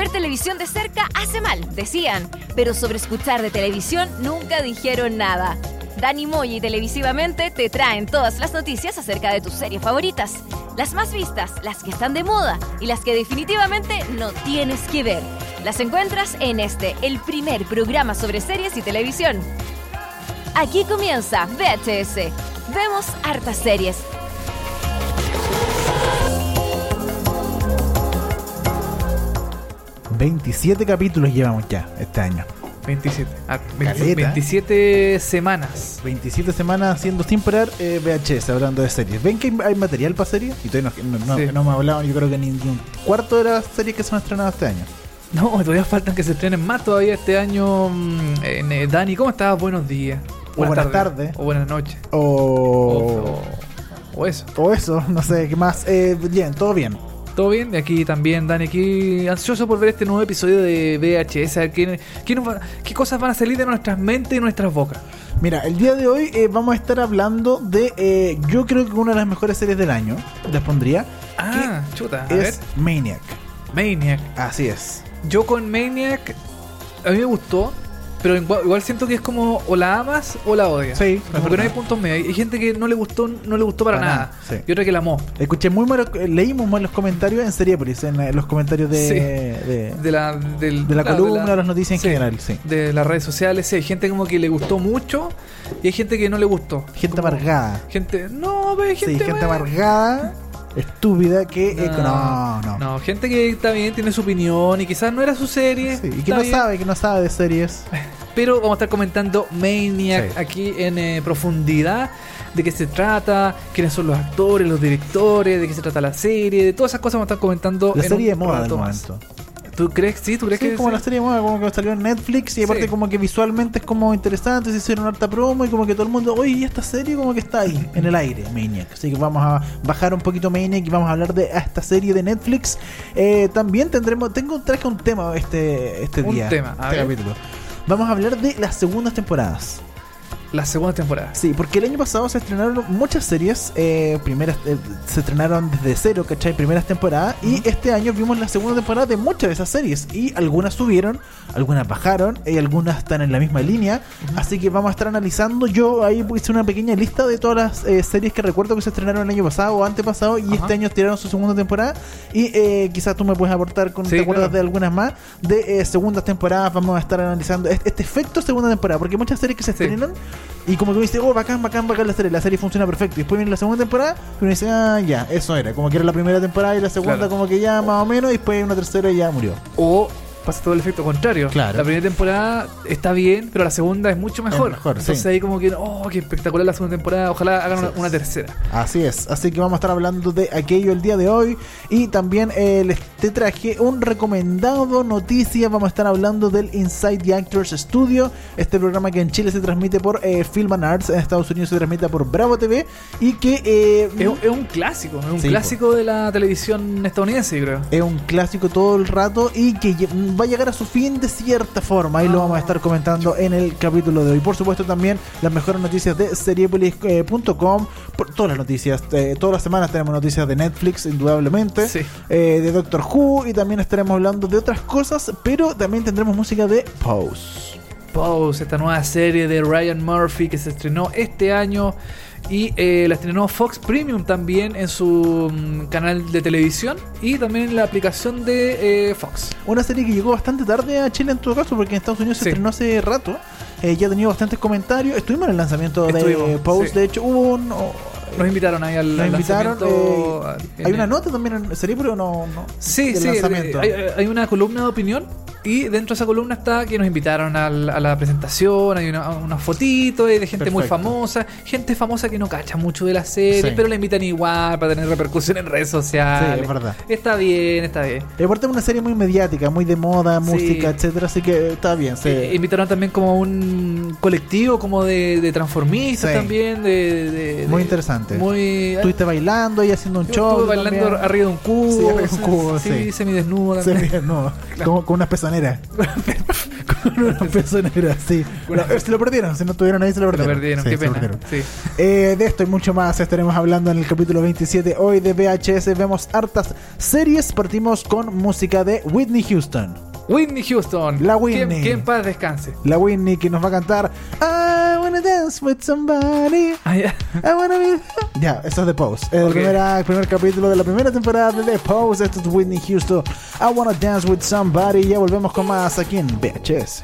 ver televisión de cerca hace mal, decían, pero sobre escuchar de televisión nunca dijeron nada. Dani Moy y Televisivamente te traen todas las noticias acerca de tus series favoritas. Las más vistas, las que están de moda y las que definitivamente no tienes que ver. Las encuentras en el primer programa sobre series y televisión. Aquí comienza VHS. Vemos hartas series. ...27 capítulos llevamos ya este año. 27 semanas. 27 semanas haciendo sin parar VHS, hablando de series. ¿Ven que hay material para series? Y todavía no hemos hablado, yo creo que ni un cuarto de las series que se han estrenado este año. No, todavía faltan que se estrenen más todavía este año. Dani, ¿cómo estás? Buenos días. Buenas tardes. O buenas noches. O eso. O eso, no sé, ¿qué más? Bien, todo bien. Todo bien, de aquí también, Dani, aquí ansioso por ver este nuevo episodio de VHS, a ver qué cosas van a salir de nuestras mentes y nuestras bocas. Mira, el día de hoy vamos a estar hablando de, yo creo que una de las mejores series del año, les pondría, chuta, a es ver. Maniac. Así es. Yo con Maniac, a mí me gustó, pero igual siento que es como o la amas o la odias. Sí. Porque no hay puntos medios. Hay gente que no le gustó para nada. Sí. Y otra que la amó. Escuché muy mal, leímos mal los comentarios en Seriepolis, en los comentarios de la columna, de las noticias en general. Sí. De las redes sociales, sí. Hay gente como que le gustó mucho y hay gente que no le gustó. Gente amargada. Gente amargada, estúpida, que no, gente que está bien, tiene su opinión y quizás no era su serie. Sí, y que no sabe de series. Pero vamos a estar comentando Maniac aquí en profundidad, de qué se trata, quiénes son los actores, los directores, de qué se trata la serie, de todas esas cosas vamos a estar comentando la en serie un de moda rato del más. momento. ¿Tú crees? Sí, ¿tú crees que como la serie de moda, como que salió en Netflix y aparte como que visualmente es como interesante, se hicieron harta promo y como que todo el mundo, oye, esta serie como que está ahí, en el aire, Maniac. Así que vamos a bajar un poquito Maniac y vamos a hablar de esta serie de Netflix. También traje un tema este día. Este capítulo. Vamos a hablar de las segundas temporadas. La segunda temporada. Sí, porque el año pasado se estrenaron muchas series, se estrenaron desde cero, ¿cachai? Primeras temporadas, y este año vimos la segunda temporada de muchas de esas series, y algunas subieron, algunas bajaron, y algunas están en la misma línea, así que vamos a estar analizando. Yo ahí hice una pequeña lista de todas las series que recuerdo que se estrenaron el año pasado o antepasado, y este año tiraron su segunda temporada, y quizás tú me puedes aportar ¿te acuerdas de algunas más? De segundas temporadas vamos a estar analizando este efecto segunda temporada, porque muchas series que se estrenan y como que uno dice, bacán la serie funciona perfecto, y después viene la segunda temporada y uno dice, ya, eso era, como que era la primera temporada y la segunda como que ya más o menos, y después una tercera y ya murió. O pasa todo el efecto contrario. Claro. La primera temporada está bien, pero la segunda es mucho mejor. Entonces ahí como que, qué espectacular la segunda temporada. Ojalá hagan una tercera. Así es. Así que vamos a estar hablando de aquello el día de hoy. Y también te traje un recomendado noticia. Vamos a estar hablando del Inside the Actors Studio. Este programa que en Chile se transmite por Film and Arts. En Estados Unidos se transmite por Bravo TV. Y que es un clásico. Es un clásico de la televisión estadounidense, creo. Es un clásico todo el rato. Y que va a llegar a su fin de cierta forma. Ahí lo vamos a estar comentando en el capítulo de hoy. Por supuesto también las mejores noticias de seriepolis.com. Todas las noticias, todas las semanas tenemos noticias de Netflix, indudablemente, de Doctor Who, y también estaremos hablando de otras cosas, pero también tendremos música de Pose, esta nueva serie de Ryan Murphy que se estrenó este año. Y la estrenó Fox Premium también en su canal de televisión y también en la aplicación de Fox. Una serie que llegó bastante tarde a Chile en todo caso, porque en Estados Unidos se estrenó hace rato. Ya ha tenido bastantes comentarios. Estuvimos en el lanzamiento de Pose. De hecho hubo nos invitaron ahí al lanzamiento. Hay una nota también en serie, pero no. Sí, hay una columna de opinión. Y dentro de esa columna está que nos invitaron a la presentación. Hay unas fotitos de gente muy famosa. Gente famosa que no cacha mucho de la serie, pero la invitan igual para tener repercusión en redes sociales. Sí, es verdad. Está bien. Y aparte es una serie muy mediática, muy de moda, música, etcétera. Así que está bien. Invitaron también como un colectivo como de transformistas también. Muy interesante. Estuviste bailando y haciendo un show. Estuve bailando también. arriba de un cubo. Sí, semidesnudo también. Con unas pezoneras. Con una pezonera, sí. Bueno, se lo perdieron, si no estuvieron ahí se lo perdieron. Sí, qué pena. Sí. De esto y mucho más estaremos hablando en el capítulo 27 hoy de VHS. Vemos hartas series. Partimos con música de Whitney Houston. Whitney Houston. La Whitney. Que en paz descanse. La Whitney que nos va a cantar I wanna dance with somebody. I wanna be... Ya, eso es The Pose. El primer capítulo de la primera temporada de The Pose. Esto es Whitney Houston. I wanna dance with somebody. Ya volvemos con más aquí en VHS.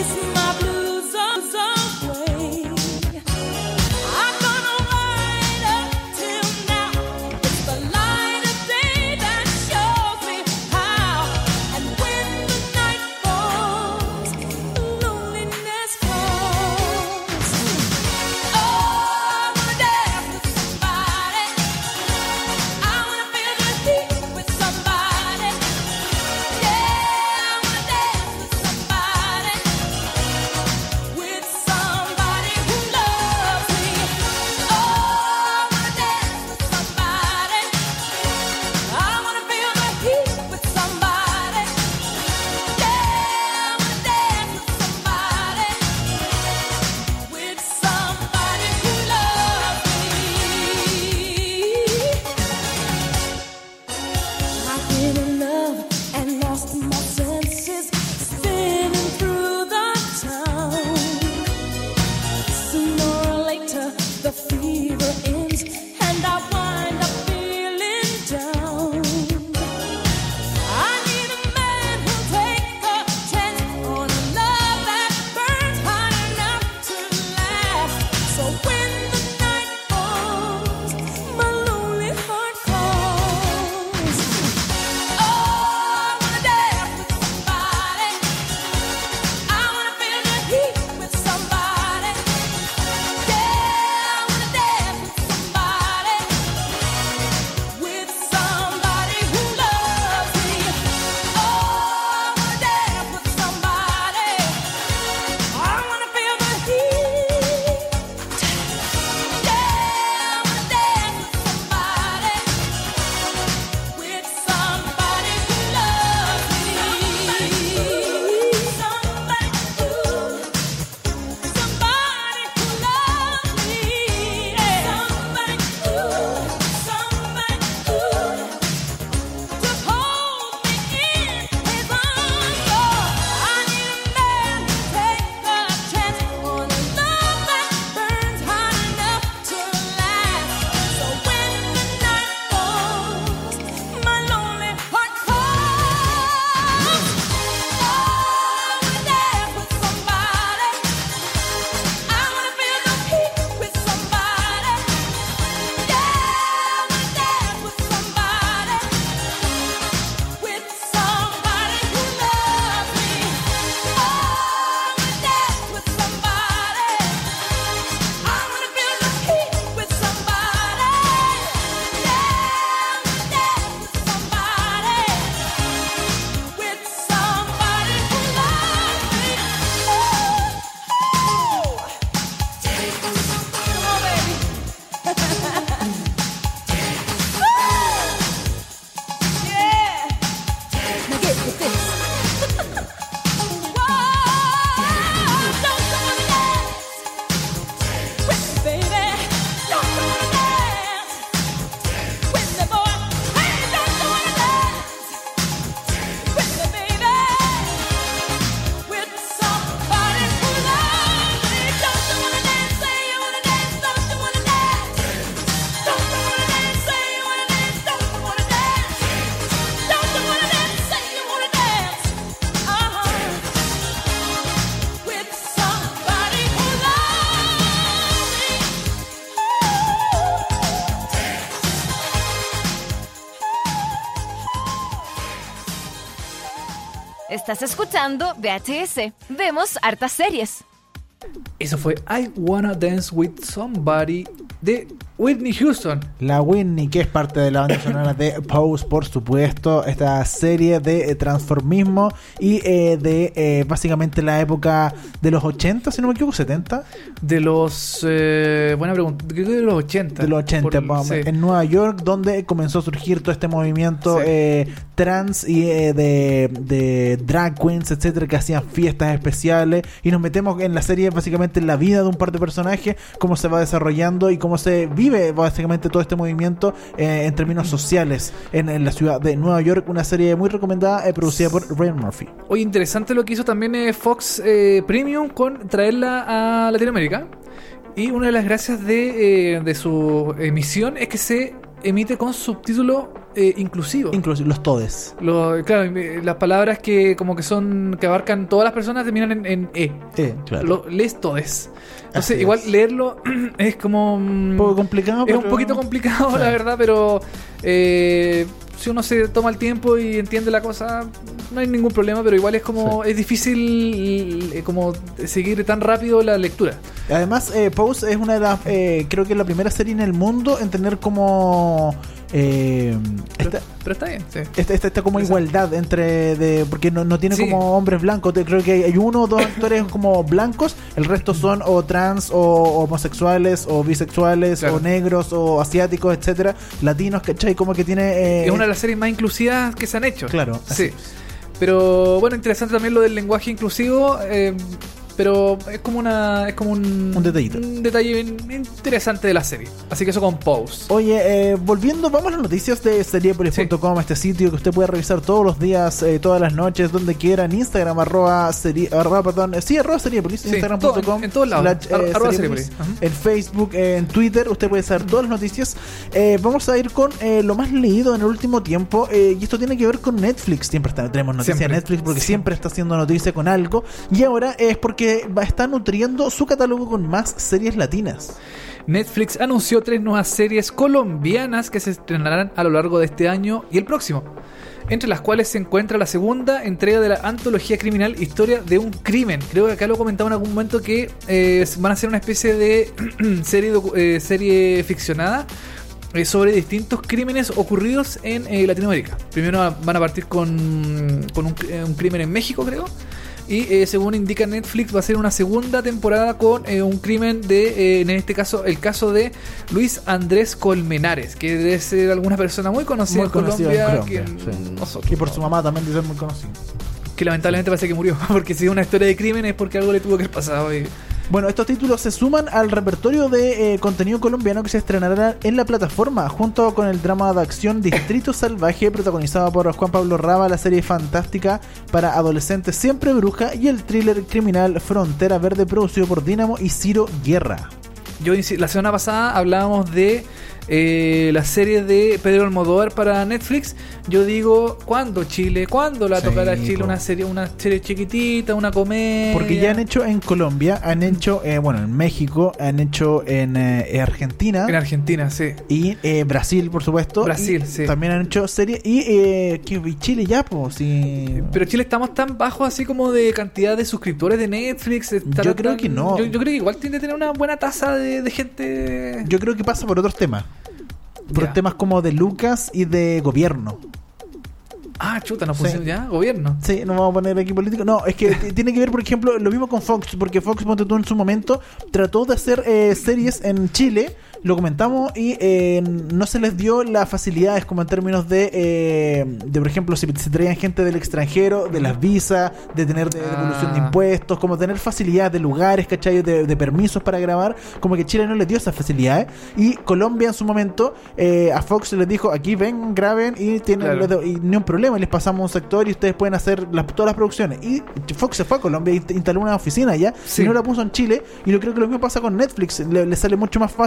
I'm gonna ride Estás escuchando VHS. Vemos hartas series. Eso fue I Wanna Dance With Somebody de Whitney Houston. La Whitney, que es parte de la banda sonora de Pose, por supuesto. Esta serie de transformismo y de básicamente la época de los 80, si no me equivoco, 70. De los... buena pregunta. Creo que de los 80. De los 80, sí. En Nueva York, donde comenzó a surgir todo este movimiento trans y de drag queens, etcétera, que hacían fiestas especiales. Y nos metemos en la serie, básicamente en la vida de un par de personajes, cómo se va desarrollando y cómo se vive básicamente todo este movimiento en términos sociales en la ciudad de Nueva York. Una serie muy recomendada, producida por Ryan Murphy. Oye, interesante lo que hizo también Fox Premium con traerla a Latinoamérica. Y una de las gracias de su emisión es que se emite con subtítulo inclusivo. Los todes. Claro, las palabras que como que son, que abarcan todas las personas terminan en E. Claro. Les todes. Entonces, igual leerlo es como... un poco complicado. Es un poquito complicado, la verdad, pero... si uno se toma el tiempo y entiende la cosa, no hay ningún problema, pero igual es como es difícil como seguir tan rápido la lectura. Además, Pose es una de las creo que es la primera serie en el mundo en tener como pero está bien, sí. Esta como igualdad entre porque no tiene como hombres blancos. Creo que hay uno o dos actores como blancos, el resto son o trans o homosexuales o bisexuales, claro, o negros o asiáticos, etcétera, latinos, ¿cachai? Como que tiene es una de las series más inclusivas que se han hecho. Claro, sí. Pero bueno, interesante también lo del lenguaje inclusivo. Pero es como un detallito. Un detalle bien interesante de la serie. Así que eso con Pose. Oye, volviendo, vamos a las noticias de Seriepolis.com, este sitio que usted puede revisar todos los días, todas las noches, donde quiera, en Instagram, arroba Seriepolis, sí, Instagram.com, en todos lados, Seriepolis. En Facebook, en Twitter, usted puede saber todas las noticias. Vamos a ir con lo más leído en el último tiempo, y esto tiene que ver con Netflix. Siempre tenemos noticias de Netflix porque siempre está haciendo noticia con algo, y ahora es porque está nutriendo su catálogo con más series latinas. Netflix anunció 3 nuevas series colombianas que se estrenarán a lo largo de este año y el próximo, entre las cuales se encuentra la segunda entrega de la antología criminal Historia de un crimen. Creo que acá lo comentaba en algún momento que van a ser una especie de serie ficcionada sobre distintos crímenes ocurridos en Latinoamérica. Primero van a partir con un crimen en México, creo. Y según indica Netflix, va a ser una segunda temporada con un crimen de, en este caso, el caso de Luis Andrés Colmenares, que debe ser alguna persona muy conocida, en Colombia que y por su mamá también debe ser muy conocido. Que lamentablemente parece que murió, porque si es una historia de crimen es porque algo le tuvo que haber pasado. Bueno, estos títulos se suman al repertorio de contenido colombiano que se estrenará en la plataforma, junto con el drama de acción Distrito Salvaje, protagonizado por Juan Pablo Raba, la serie fantástica para adolescentes Siempre Bruja, y el thriller criminal Frontera Verde, producido por Dínamo y Ciro Guerra. La semana pasada hablábamos de la serie de Pedro Almodóvar para Netflix. Yo digo, ¿cuándo Chile? ¿Cuándo la tocará Chile? Una serie chiquitita, una comedia. Porque ya han hecho en Colombia, han hecho en México, han hecho en Argentina. En Argentina, sí. Y Brasil, por supuesto. Brasil, y sí. También han hecho series. Y Chile ya, pues, sí. Pero Chile estamos tan bajos así como de cantidad de suscriptores de Netflix. Yo creo que no. Yo creo que igual tiene que tener una buena tasa de gente. Yo creo que pasa por otros temas. Por temas como de Lucas y de gobierno. Ah, chuta, nos pusimos ya, gobierno. Sí, no vamos a poner aquí político. No, es que tiene que ver, por ejemplo, lo mismo con Fox, porque Fox, ponte tú, en su momento trató de hacer series en Chile, lo comentamos, y no se les dio las facilidades como en términos de por ejemplo, si traían gente del extranjero, de las visas, de tener devolución de impuestos, como tener facilidades de lugares, ¿cachai? De permisos para grabar, como que Chile no les dio esas facilidades, y Colombia en su momento a Fox les dijo, aquí ven, graben, y tienen y ni un problema, y les pasamos un sector y ustedes pueden hacer todas las producciones. Y Fox se fue a Colombia y instaló una oficina allá, y no la puso en Chile, y yo creo que lo mismo pasa con Netflix. Le sale mucho más fácil porque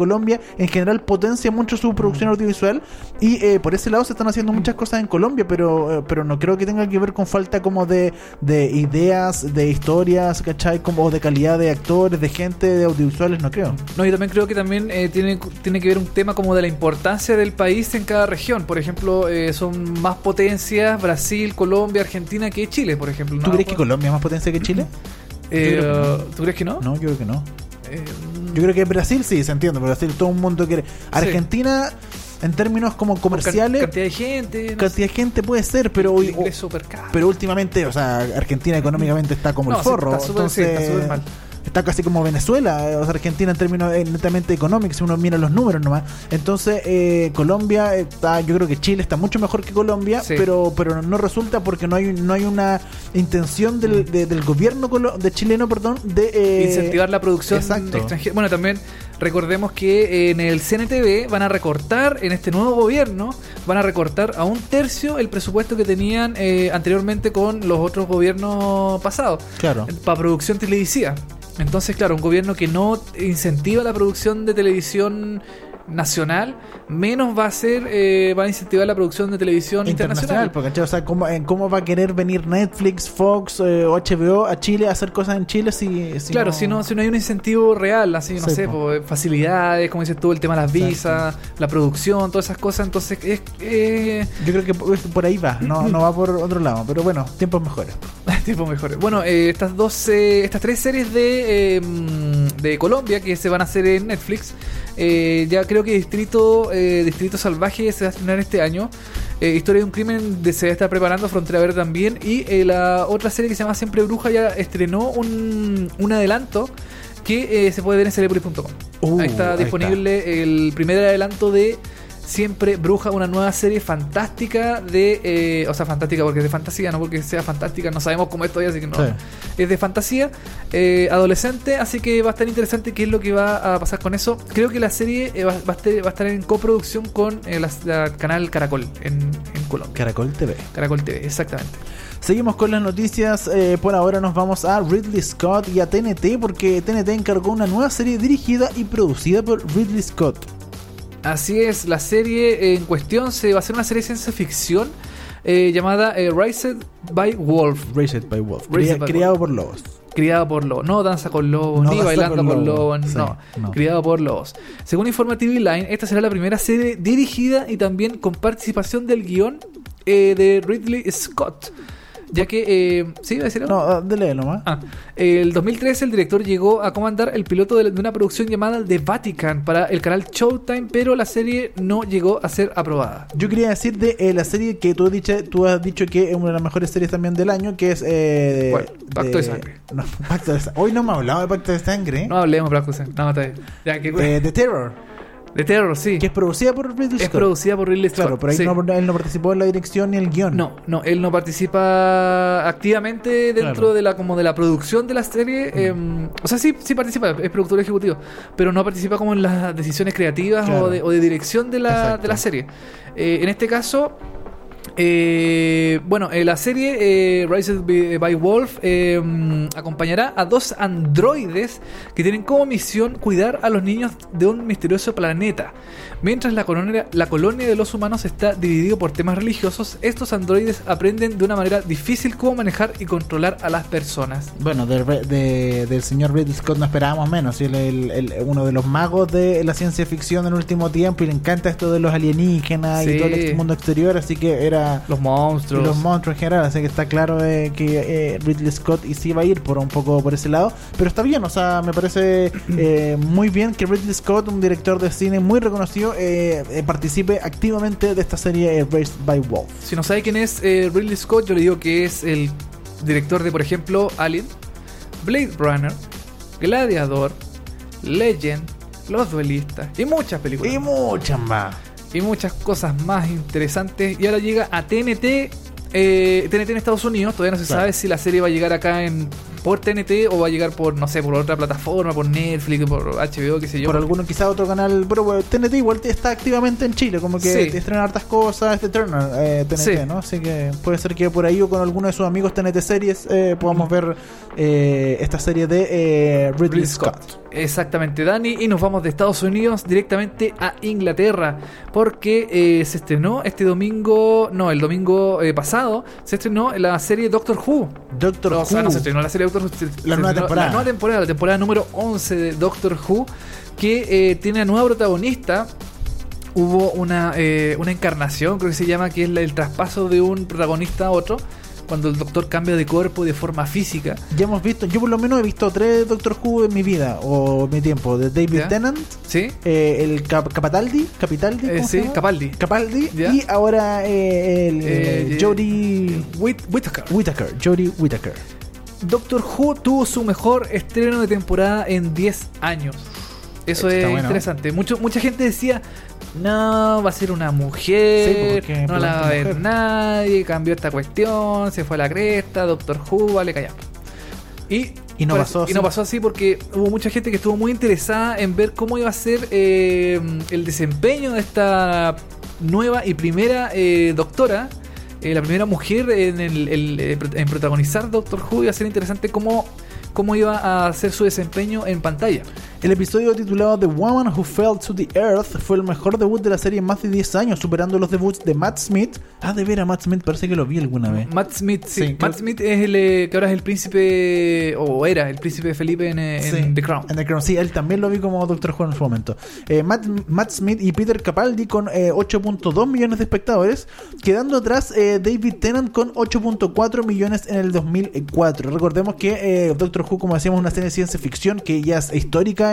Colombia en general potencia mucho su producción audiovisual y por ese lado se están haciendo muchas cosas en Colombia, pero no creo que tenga que ver con falta como de ideas, de historias, ¿cachai? Como de calidad de actores, de gente, de audiovisuales, no creo. No, yo también creo que también tiene que ver un tema como de la importancia del país en cada región. Por ejemplo, son más potencias Brasil, Colombia, Argentina que Chile, por ejemplo. ¿Tú crees que Colombia es más potencia que Chile? ¿Tú crees que no? No, yo creo que no. Yo creo que Brasil sí, se entiende, porque Brasil todo un mundo quiere. Argentina, en términos como comerciales, cantidad de gente, cantidad de gente puede ser, pero hoy, pero últimamente, o sea, Argentina económicamente está como el forro, está súper mal. Está casi como Venezuela, o sea, Argentina en términos netamente económicos, si uno mira los números nomás. Entonces, Colombia está, yo creo que Chile está mucho mejor que Colombia, sí. pero no resulta porque no hay una intención del gobierno chileno, de incentivar la producción extranjera. Bueno, también recordemos que en el CNTV van a recortar, en este nuevo gobierno, van a recortar a 1/3 el presupuesto que tenían anteriormente con los otros gobiernos pasados. Claro. Para producción televisiva. Entonces, claro, un gobierno que no incentiva la producción de televisión nacional, menos va a incentivar la producción de televisión internacional. Porque, o sea, ¿cómo va a querer venir Netflix, Fox o HBO a Chile a hacer cosas en Chile si claro, no... si no hay un incentivo real, así, no sé, facilidades, como dices tú, el tema de las visas, la producción, todas esas cosas. Entonces, yo creo que por ahí va, no va por otro lado, pero bueno, tiempos mejores. Tiempos mejores. Bueno, estas 3 series de Colombia que se van a hacer en Netflix, ya creo que Distrito Salvaje se va a estrenar este año. Historia de un crimen se va a estar preparando, Frontera Verde también. Y la otra serie que se llama Siempre Bruja ya estrenó un adelanto que se puede ver en Cinepolis.com. Ahí está disponible el primer adelanto de Siempre Bruja, una nueva serie fantástica o sea, fantástica porque es de fantasía, no porque sea fantástica, no sabemos cómo es todavía, así que no. Sí. Es de fantasía, adolescente, así que va a estar interesante qué es lo que va a pasar con eso. Creo que la serie va a estar en coproducción con la canal Caracol en Colombia. Caracol TV, exactamente. Seguimos con las noticias. Por ahora nos vamos a Ridley Scott y a TNT, porque TNT encargó una nueva serie dirigida y producida por Ridley Scott. Así es, la serie en cuestión va a ser una serie de ciencia ficción llamada Raised by Wolf. Criado por lobos. Criado por lobos. No danza con lobos, ni bailando con lobos. Sí, no. Criado por lobos. Según informa TV Line, esta será la primera serie dirigida y también con participación del guión de Ridley Scott. Ya que... ¿sí? ¿Va a decir algo? No, dele nomás. El 2013 el director llegó a comandar el piloto de una producción llamada The Vatican para el canal Showtime, pero la serie no llegó a ser aprobada. Yo quería decir de la serie que tú has dicho que es una de las mejores series también del año, que es... bueno, Pacto de Sangre. No, Pacto de Sangre. Hoy no me hablaba de Pacto de Sangre. No hablemos de Pacto de Sangre. No, está bien. Ya, The Terror. De Terror, sí. Que es producida por Ridley Scott. Es producida por Ridley Scott. Claro, pero ahí sí. Él no participó en la dirección ni el guión. No, él no participa activamente dentro de la producción de la serie. O sea, sí participa, es productor ejecutivo, pero no participa como en las decisiones creativas o de dirección de la serie. En este caso... la serie Raised by Wolf acompañará a 2 androides que tienen como misión cuidar a los niños de un misterioso planeta. Mientras la colonia de los humanos está dividido por temas religiosos, estos androides aprenden de una manera difícil cómo manejar y controlar a las personas. Bueno, del señor Ridley Scott no esperábamos menos. Uno de los magos de la ciencia ficción en el último tiempo, y le encanta esto de los alienígenas y todo el mundo exterior, así que era... Los monstruos en general, así que está claro que Ridley Scott y sí va a ir un poco por ese lado, pero está bien, o sea, me parece muy bien que Ridley Scott, un director de cine muy reconocido, participe activamente de esta serie Raised by Wolf. Si no sabe quién es Ridley Scott, yo le digo que es el director de, por ejemplo, Alien, Blade Runner, Gladiador, Legend, Los Duelistas y muchas películas. Y muchas más. Y muchas cosas más interesantes. Y ahora llega a TNT en Estados Unidos. Todavía no se sabe si la serie va a llegar acá en por TNT o va a llegar por, no sé, por otra plataforma, por Netflix, por HBO, qué sé yo. Por alguno, quizá otro canal. Pero bueno, TNT igual está activamente en Chile, como que Sí. estrena hartas cosas, TNT, Sí. ¿no? Así que puede ser que por ahí o con alguno de sus amigos TNT Series podamos ver esta serie de Ridley Scott. Exactamente, Dani, y nos vamos de Estados Unidos directamente a Inglaterra, porque se estrenó el domingo pasado, se estrenó la serie Doctor Who. Doctor Who. No se estrenó la serie Doctor Who, La nueva temporada. La nueva temporada, la temporada número 11 de Doctor Who, que tiene una nueva protagonista. Hubo una encarnación, creo que se llama, que es el traspaso de un protagonista a otro, cuando el doctor cambia de cuerpo de forma física. Ya hemos visto, yo por lo menos he visto 3 Doctor Who en mi vida o mi tiempo, de David ¿Ya? Tennant, ¿Sí? el Capitaldi, ¿cómo se Sí, llama? Capaldi. ¿Ya? Y ahora Jodie Whittaker. Jodie Whittaker. Doctor Who tuvo su mejor estreno de temporada en 10 años. Eso Está es bueno. interesante. Mucha gente decía, no, va a ser una mujer, Sí, porque no la va a ver mujer. nadie, cambió esta cuestión, se fue a la cresta, Doctor Who, vale, callamos. Y no pasó así. no pasó así porque hubo mucha gente que estuvo muy interesada en ver cómo iba a ser el desempeño de esta nueva y primera doctora, la primera mujer en protagonizar Doctor Who. Iba a ser interesante cómo iba a hacer su desempeño en pantalla. El episodio titulado The Woman Who Fell to the Earth fue el mejor debut de la serie en más de 10 años, superando los debuts de Matt Smith. De ver a Matt Smith, parece que lo vi alguna vez. Matt Smith, sí. Sí, Matt Smith es el que ahora es el príncipe, o era el príncipe Felipe en The Crown. En The Crown, sí, él también lo vi como Doctor Who en su momento. Matt Smith y Peter Capaldi con 8.2 millones de espectadores, quedando atrás David Tennant con 8.4 millones en el 2004. Recordemos que Doctor Who, como decíamos, es una serie de ciencia ficción que ya es histórica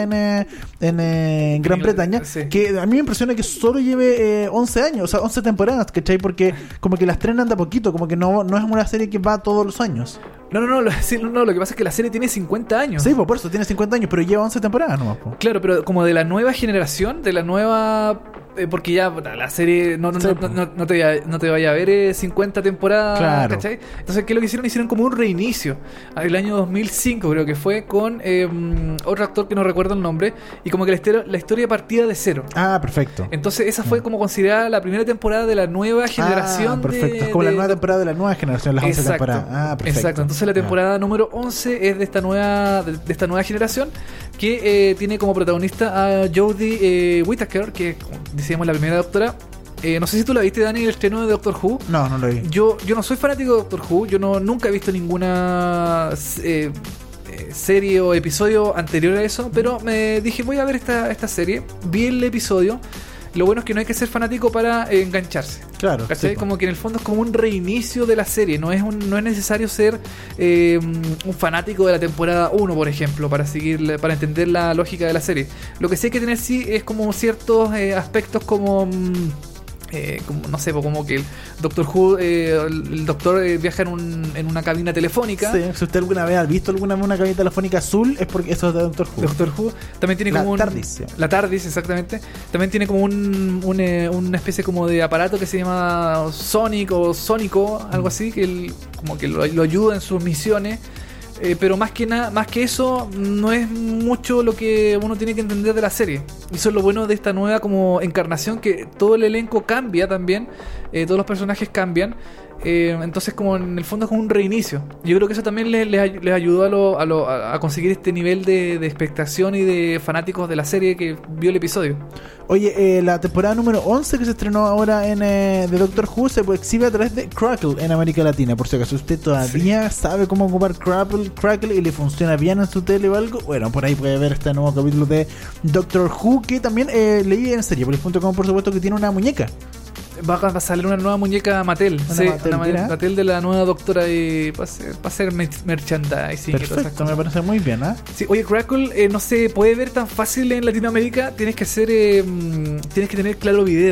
en Gran Bretaña, sí. que a mí me impresiona que solo lleve 11 años, o sea, 11 temporadas, ¿cachai? Porque como que las estrenan de a poquito, como que no es una serie que va todos los años. No, lo que pasa es que la serie tiene 50 años. Sí, pues por eso tiene 50 años, pero lleva 11 temporadas nomás. Po. Claro, pero como de la nueva generación, de la nueva... porque ya la serie no te vaya a ver 50 temporadas, Claro. ¿cachai? Entonces, ¿qué es lo que hicieron? Hicieron como un reinicio. El año 2005 creo que fue, con otro actor que no recuerdo el nombre, y como que la historia partía de cero. Ah, perfecto. Entonces esa fue como considerada la primera temporada de la nueva generación. Perfecto. Es como la nueva temporada de la nueva generación, las 11 Exacto. temporadas. Perfecto. Exacto. Entonces la temporada número 11 es de esta nueva generación, que tiene como protagonista a Jodie Whittaker, que decíamos la primera doctora. No sé si tú la viste, Dani, el estreno de Doctor Who. No lo vi. Yo no soy fanático de Doctor Who. Yo nunca he visto ninguna serie o episodio anterior a eso, pero me dije, voy a ver esta serie. Vi el episodio. Lo bueno es que no hay que ser fanático para engancharse. Claro. ¿Cachai? Sí, Como que en el fondo es como un reinicio de la serie. No es necesario ser un fanático de la temporada 1, por ejemplo, para entender la lógica de la serie. Lo que sí hay que tener es como ciertos aspectos como no sé, como que el Doctor Who, el doctor viaja en una cabina telefónica. Sí, si usted alguna vez ha visto una cabina telefónica azul, es porque eso es de Doctor Who. Doctor Who también tiene como La TARDIS, exactamente. También tiene como una especie como de aparato que se llama Sonic o Sónico, algo así, que como que lo ayuda en sus misiones. Pero más que eso, no es mucho lo que uno tiene que entender de la serie. Y eso es lo bueno de esta nueva como encarnación, que todo el elenco cambia también, todos los personajes cambian. Entonces, como en el fondo es como un reinicio. Yo creo que eso también les ayudó a conseguir este nivel de expectación y de fanáticos de la serie que vio el episodio. Oye, la temporada número 11 que se estrenó ahora de Doctor Who se exhibe a través de Crackle en América Latina. Por si acaso usted todavía sabe cómo ocupar Crackle y le funciona bien en su tele o algo, bueno, por ahí puede ver este nuevo capítulo de Doctor Who, que también leí en Seriepolis.com, por supuesto, que tiene una muñeca. Va a salir una nueva muñeca Mattel. Mattel de la nueva doctora, y para hacer merchandising. Perfecto, me parece muy bien, ¿eh? Sí, oye, Crackle no se puede ver tan fácil en Latinoamérica. Tienes que tener claro video.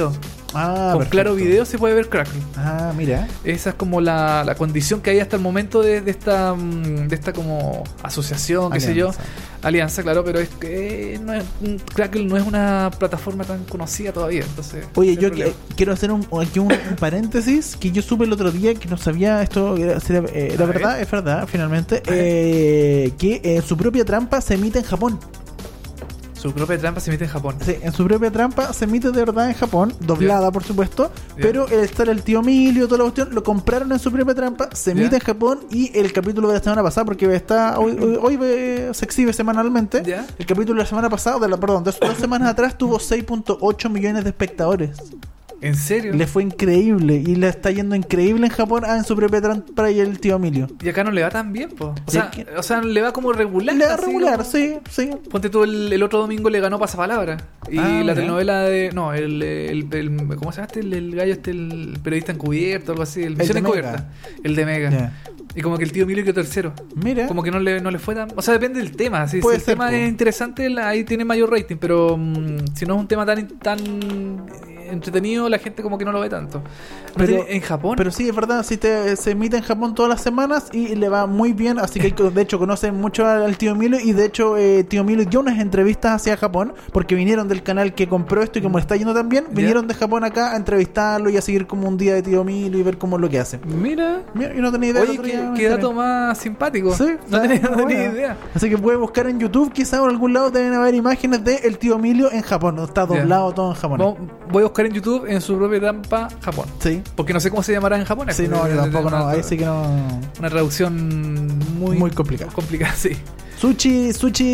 Con Claro Video se puede ver Crackle. Mira. Esa es como la condición que hay hasta el momento de esta como asociación, qué sé yo. Alianza, claro, pero es que Crackle no es una plataforma tan conocida todavía. Entonces, oye, yo quiero hacer aquí un paréntesis que yo supe el otro día que no sabía esto, era verdad, es verdad, finalmente, que Su propia trampa se emite en Japón. Su propia trampa se emite en Japón. Sí, en Su propia trampa se emite de verdad en Japón, doblada por supuesto, pero el tío Emilio, toda la cuestión, lo compraron en Su propia trampa, se emite en Japón y el capítulo de la semana pasada, porque hoy se exhibe semanalmente, el capítulo de la semana pasada, de 2 semanas atrás, tuvo 6.8 millones de espectadores. ¿En serio? Le fue increíble y le está yendo increíble en Japón en Su propia trampa y el tío Emilio. Y acá no le va tan bien, po. O sea, le va como regular. Le va regular, sí. Ponte tú, el otro domingo le ganó Pasapalabra. Y la telenovela de... No, ¿cómo se llama el gallo el periodista encubierto, algo así? Misión Encubierta. El de Mega. Yeah. Y como que el tío Emilio quedó tercero. Mira. Como que no le fue tan... O sea, depende del tema. Si el tema es interesante, ahí tiene mayor rating. Pero si no es un tema tan entretenido, la gente como que no lo ve tanto. Pero en Japón. Pero sí, es verdad, se emite en Japón todas las semanas y le va muy bien. Así que de hecho conocen mucho al tío Emilio. Y de hecho tío Emilio dio unas entrevistas hacia Japón, porque vinieron del canal que compró esto y como le está yendo tan bien, vinieron de Japón acá a entrevistarlo y a seguir como un día de tío Emilio y ver cómo es lo que hace. Mira, yo no tenía idea. Oye, qué dato más simpático. Sí, no tenía idea. Así que puedes buscar en YouTube, quizás en algún lado deben haber imágenes de el tío Emilio en Japón. Está doblado todo en japonés. Voy a buscar en YouTube en Su propia trampa Japón. Sí. Porque no sé cómo se llamará en japonés. Sí, no, yo tampoco no. Ahí sí que no. Una traducción muy complicada. Complicada, sí. Sushi,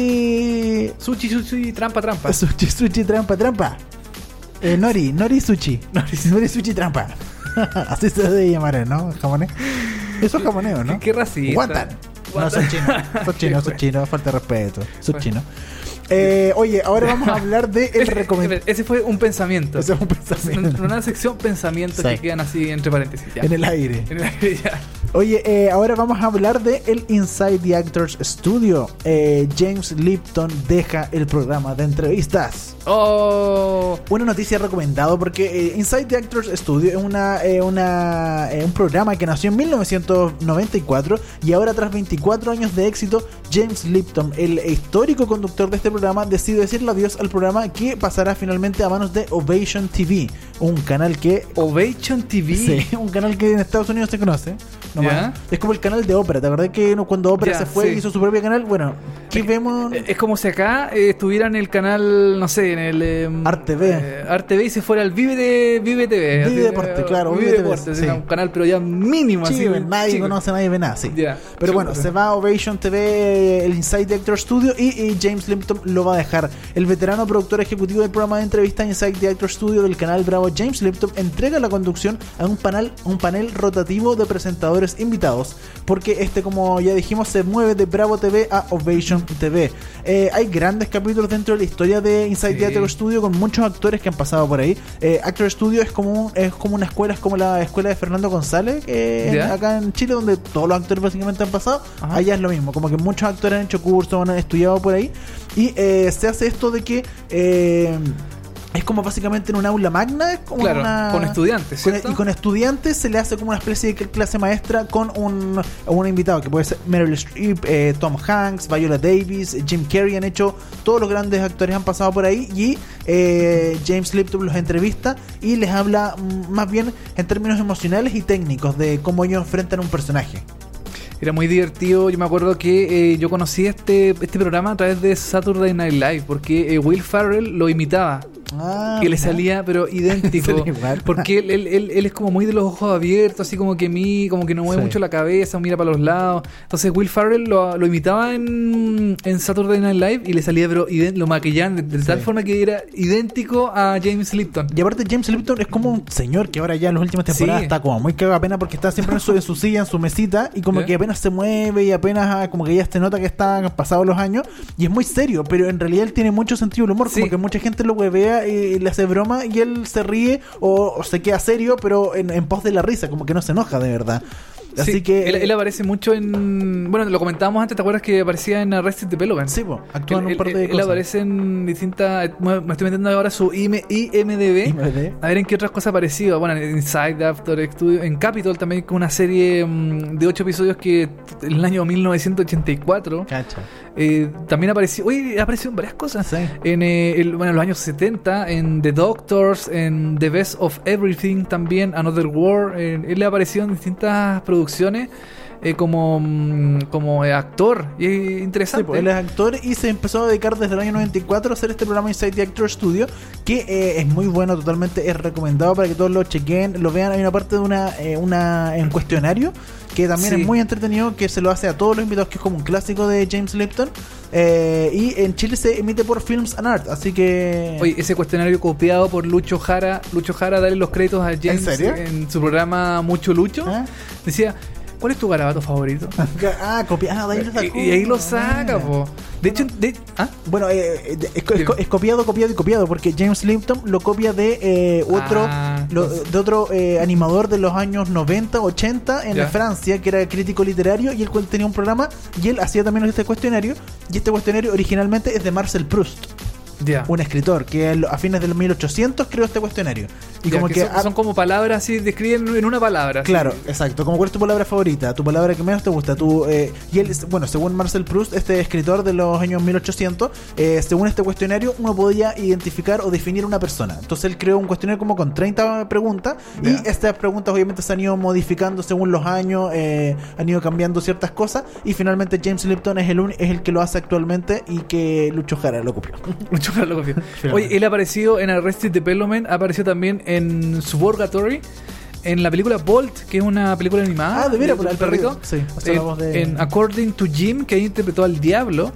trampa. Sushi, trampa. Nori sushi. Nori sushi, trampa. Así se debe llamar, ¿no? En japonés. Eso es japonés, ¿no? ¿Qué racista? Watan. No, son chinos. Falta de respeto. Son chinos. Oye, ahora vamos a hablar de el recomendado. Ese fue un pensamiento. Ese fue un pensamiento. Una sección pensamientos que quedan así entre paréntesis. Ya. En el aire ya. Oye, ahora vamos a hablar de el Inside the Actors Studio. James Lipton deja el programa de entrevistas. Una noticia recomendado porque Inside the Actors Studio es un programa que nació en 1994 y ahora tras 24 años de éxito, James Lipton, el histórico conductor de este programa, decide decirle adiós al programa que pasará finalmente a manos de Ovation TV, un canal que... Ovation TV. Sí, un canal que en Estados Unidos se conoce. Es como el canal de Oprah. ¿Te acordás que cuando Oprah se fue y hizo su propio canal? Bueno, ¿qué vemos? Es como si acá estuviera en el canal, no sé, en el... ArtTV y se fuera al Vive TV. Vive Deporte, claro. Vive Deporte, sí. Un canal pero ya mínimo. Sí, así, nadie conoce, nadie ve nada, sí. Pero bueno, se va a Ovation TV, el Inside the Actors Studio, y James Lipton lo va a dejar. El veterano productor ejecutivo del programa de entrevista Inside the Actors Studio del canal Bravo, James Lipton, entrega la conducción a un panel rotativo de presentadores invitados, porque como ya dijimos, se mueve de Bravo TV a Ovation TV. Hay grandes capítulos dentro de la historia de Inside the Actors Studio con muchos actores que han pasado por ahí. Actors Studio es como una escuela, es como la escuela de Fernando González acá en Chile, donde todos los actores básicamente han pasado. Ajá. Allá es lo mismo, como que muchos actores han hecho cursos, han estudiado por ahí, y se hace esto de que es como básicamente en un aula magna, es como con estudiantes, ¿cierto? Y con estudiantes se le hace como una especie de clase maestra con un invitado que puede ser Meryl Streep, Tom Hanks, Viola Davis, Jim Carrey. Han hecho, todos los grandes actores han pasado por ahí, y James Lipton los entrevista y les habla más bien en términos emocionales y técnicos de cómo ellos enfrentan un personaje. Era muy divertido. Yo me acuerdo que yo conocí este programa a través de Saturday Night Live, porque Will Ferrell lo imitaba. Que le salía pero idéntico. Porque él es como muy de los ojos abiertos, así como que no mueve mucho la cabeza, mira para los lados. Entonces Will Ferrell lo imitaba en Saturday Night Live y le salía pero lo maquillaban de tal forma que era idéntico a James Lipton. Y aparte James Lipton es como un señor que ahora ya en las últimas temporadas está como muy cagado pena, porque está siempre en su silla, en su mesita, y como que apenas se mueve y apenas como que ya se nota que han pasado los años, y es muy serio, pero en realidad él tiene mucho sentido del humor, como que mucha gente lo huevea y le hace broma y él se ríe o se queda serio, pero en pos de la risa, como que no se enoja de verdad. Así sí, que él aparece mucho en... Bueno, lo comentábamos antes, ¿te acuerdas que aparecía en Arrested Development? Sí, pues, actúa en un par de cosas. Él aparece en distintas... Me estoy metiendo ahora su IMDb. A ver en qué otras cosas apareció. Bueno, en Inside the Actor Studio, en Capitol también, con una serie de 8 episodios que en el año 1984. Cacha. También apareció en varias cosas. Sí. En los años 70, en The Doctors, en The Best of Everything también, Another War. Él apareció en distintas producciones como actor. Y es interesante. Sí, pues, él es actor y se empezó a dedicar desde el año 94 a hacer este programa Inside the Actor Studio, que es muy bueno, totalmente es recomendado para que todos lo chequen, lo vean. Hay una parte de un cuestionario que también es muy entretenido, que se lo hace a todos los invitados, que es como un clásico de James Lipton. Y en Chile se emite por Films and Art, así que... Oye, ese cuestionario copiado por Lucho Jara, dale los créditos a James. ¿En serio? En su programa Mucho Lucho. Decía, ¿cuál es tu garabato favorito? Copiado, ahí lo sacó. Y ahí lo saca, po. De hecho, bueno, es copiado, porque James Lipton lo copia de otro animador de los años 90, 80 en Francia, que era crítico literario, y él tenía un programa y él hacía también este cuestionario, y este cuestionario originalmente es de Marcel Proust. Un escritor que a fines del 1800 creó este cuestionario. Y como que son como palabras así, describen en una palabra. Claro, así. Exacto. Como cuál es tu palabra favorita, tu palabra que menos te gusta. Y él, bueno, según Marcel Proust, este escritor de los años 1800, según este cuestionario, uno podía identificar o definir una persona. Entonces él creó un cuestionario como con 30 preguntas. Y estas preguntas obviamente se han ido modificando según los años, han ido cambiando ciertas cosas. Y finalmente James Lipton es el que lo hace actualmente, y que Lucho Jara lo copió. Oye, él apareció en Arrested Development, apareció también en Suburgatory, en la película Bolt, que es una película animada. De veras, por el perrito. Sí, en According to Jim, que ahí interpretó al diablo.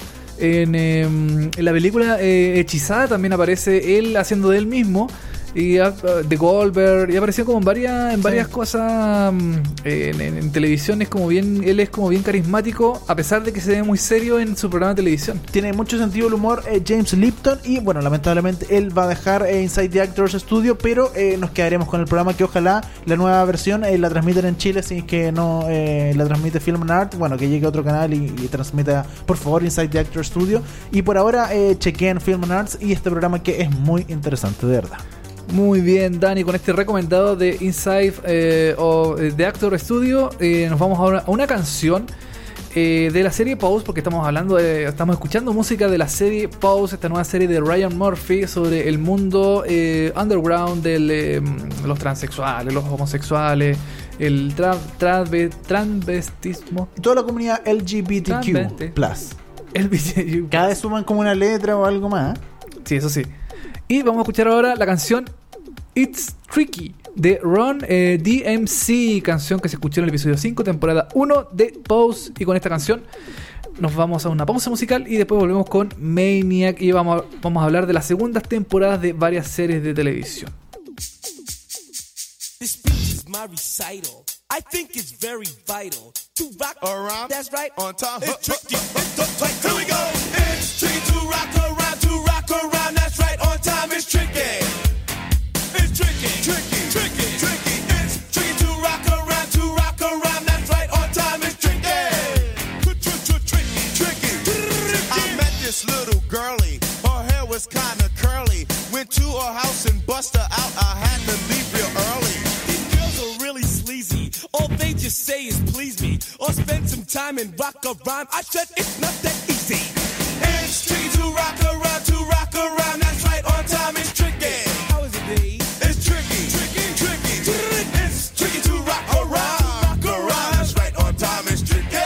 En la película Hechizada también aparece él haciendo de él mismo. Y de Goldberg, y apareció como en varias cosas en televisión. Él es como bien carismático, a pesar de que se ve muy serio en su programa de televisión. Tiene mucho sentido el humor James Lipton, y bueno, lamentablemente él va a dejar Inside the Actors Studio, pero nos quedaremos con el programa, que ojalá la nueva versión la transmiten en Chile, si es que no la transmite Film and Art, bueno, que llegue a otro canal y transmita por favor Inside the Actors Studio. Y por ahora chequeen Film and Arts y este programa, que es muy interesante, de verdad. Muy bien, Dani, con este recomendado de Inside o The Actor Studio, nos vamos ahora a una canción de la serie Pose, porque estamos escuchando música de la serie Pose, esta nueva serie de Ryan Murphy sobre el mundo underground de los transexuales, los homosexuales, el transvestismo y toda la comunidad LGBTQ+. Cada vez suman como una letra o algo más. Sí, eso sí. Y vamos a escuchar ahora la canción It's Tricky de Ron DMC, canción que se escuchó en el episodio 5, temporada 1 de Pose. Y con esta canción nos vamos a una pausa musical y después volvemos con Maniac, y vamos a hablar de las segundas temporadas de varias series de televisión. This speech is my recital. I think it's very vital to rock around. That's right, on time. It's tricky. Here we go. It's tricky to rock around, to rock around. That's right, on time. It's tricky. It's tricky, tricky, tricky, tricky. It's tricky to rock around. That's right, on time. It's tricky. Tricky, tricky. I met this little girlie. Her hair was kinda curly. Went to her house and bust her out. I had to leave real early. These girls are really sleazy. All they just say is please me, or spend some time and rock a rhyme. I said it's not that easy. It's tricky to rock around. That's right, on time. It's tricky. How is it, babe? It's tricky, tricky, tricky. It's tricky to rock around. That's right, on time. It's tricky.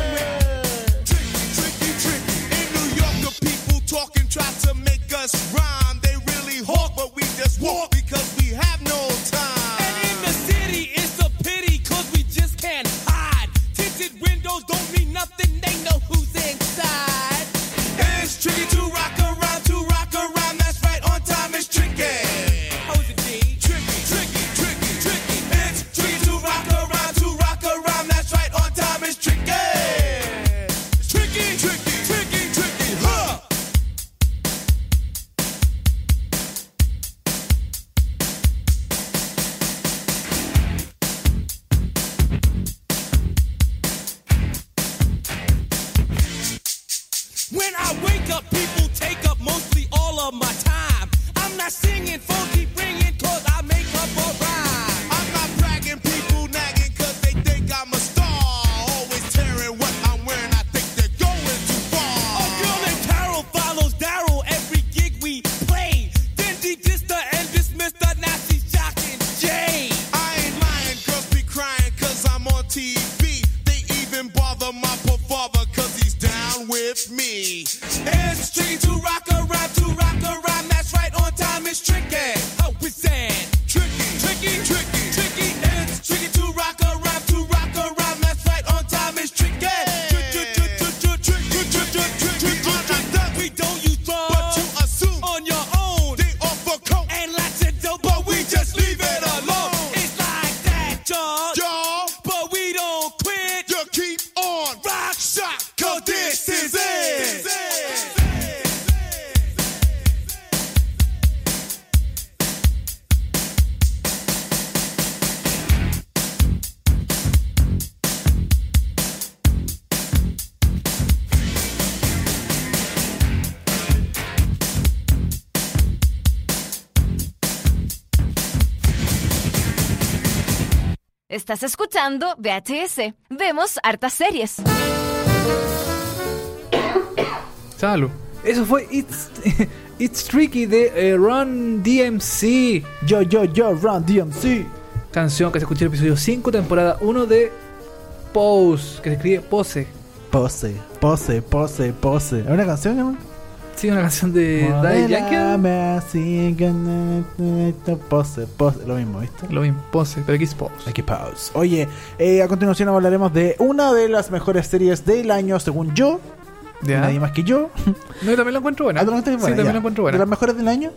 Tricky, tricky. In New York, the people talking try to make us rhyme. They really hawk, but we just walk because we have no time. And in the city, it's a pity, cause we just can't hide. Tinted windows don't mean nothing, they know who's inside. Estás escuchando VHS. Vemos hartas series. Salud. Eso fue It's Tricky de Run DMC. Yo, Run DMC. Canción que se escuchó en el episodio 5, temporada 1 de Pose, que se escribe Pose. Pose. ¿Es una canción, hermano? Sí, una canción de Daddy Yankee. Pose. Lo mismo, ¿viste? Lo mismo, Pose, pero aquí es Pose. Aquí Pose. Oye, a continuación hablaremos de una de las mejores series del año, según yo. ¿Ya? Nadie más que yo. No, yo también la encuentro buena. Sí, también la encuentro buena. ¿De las mejores del año?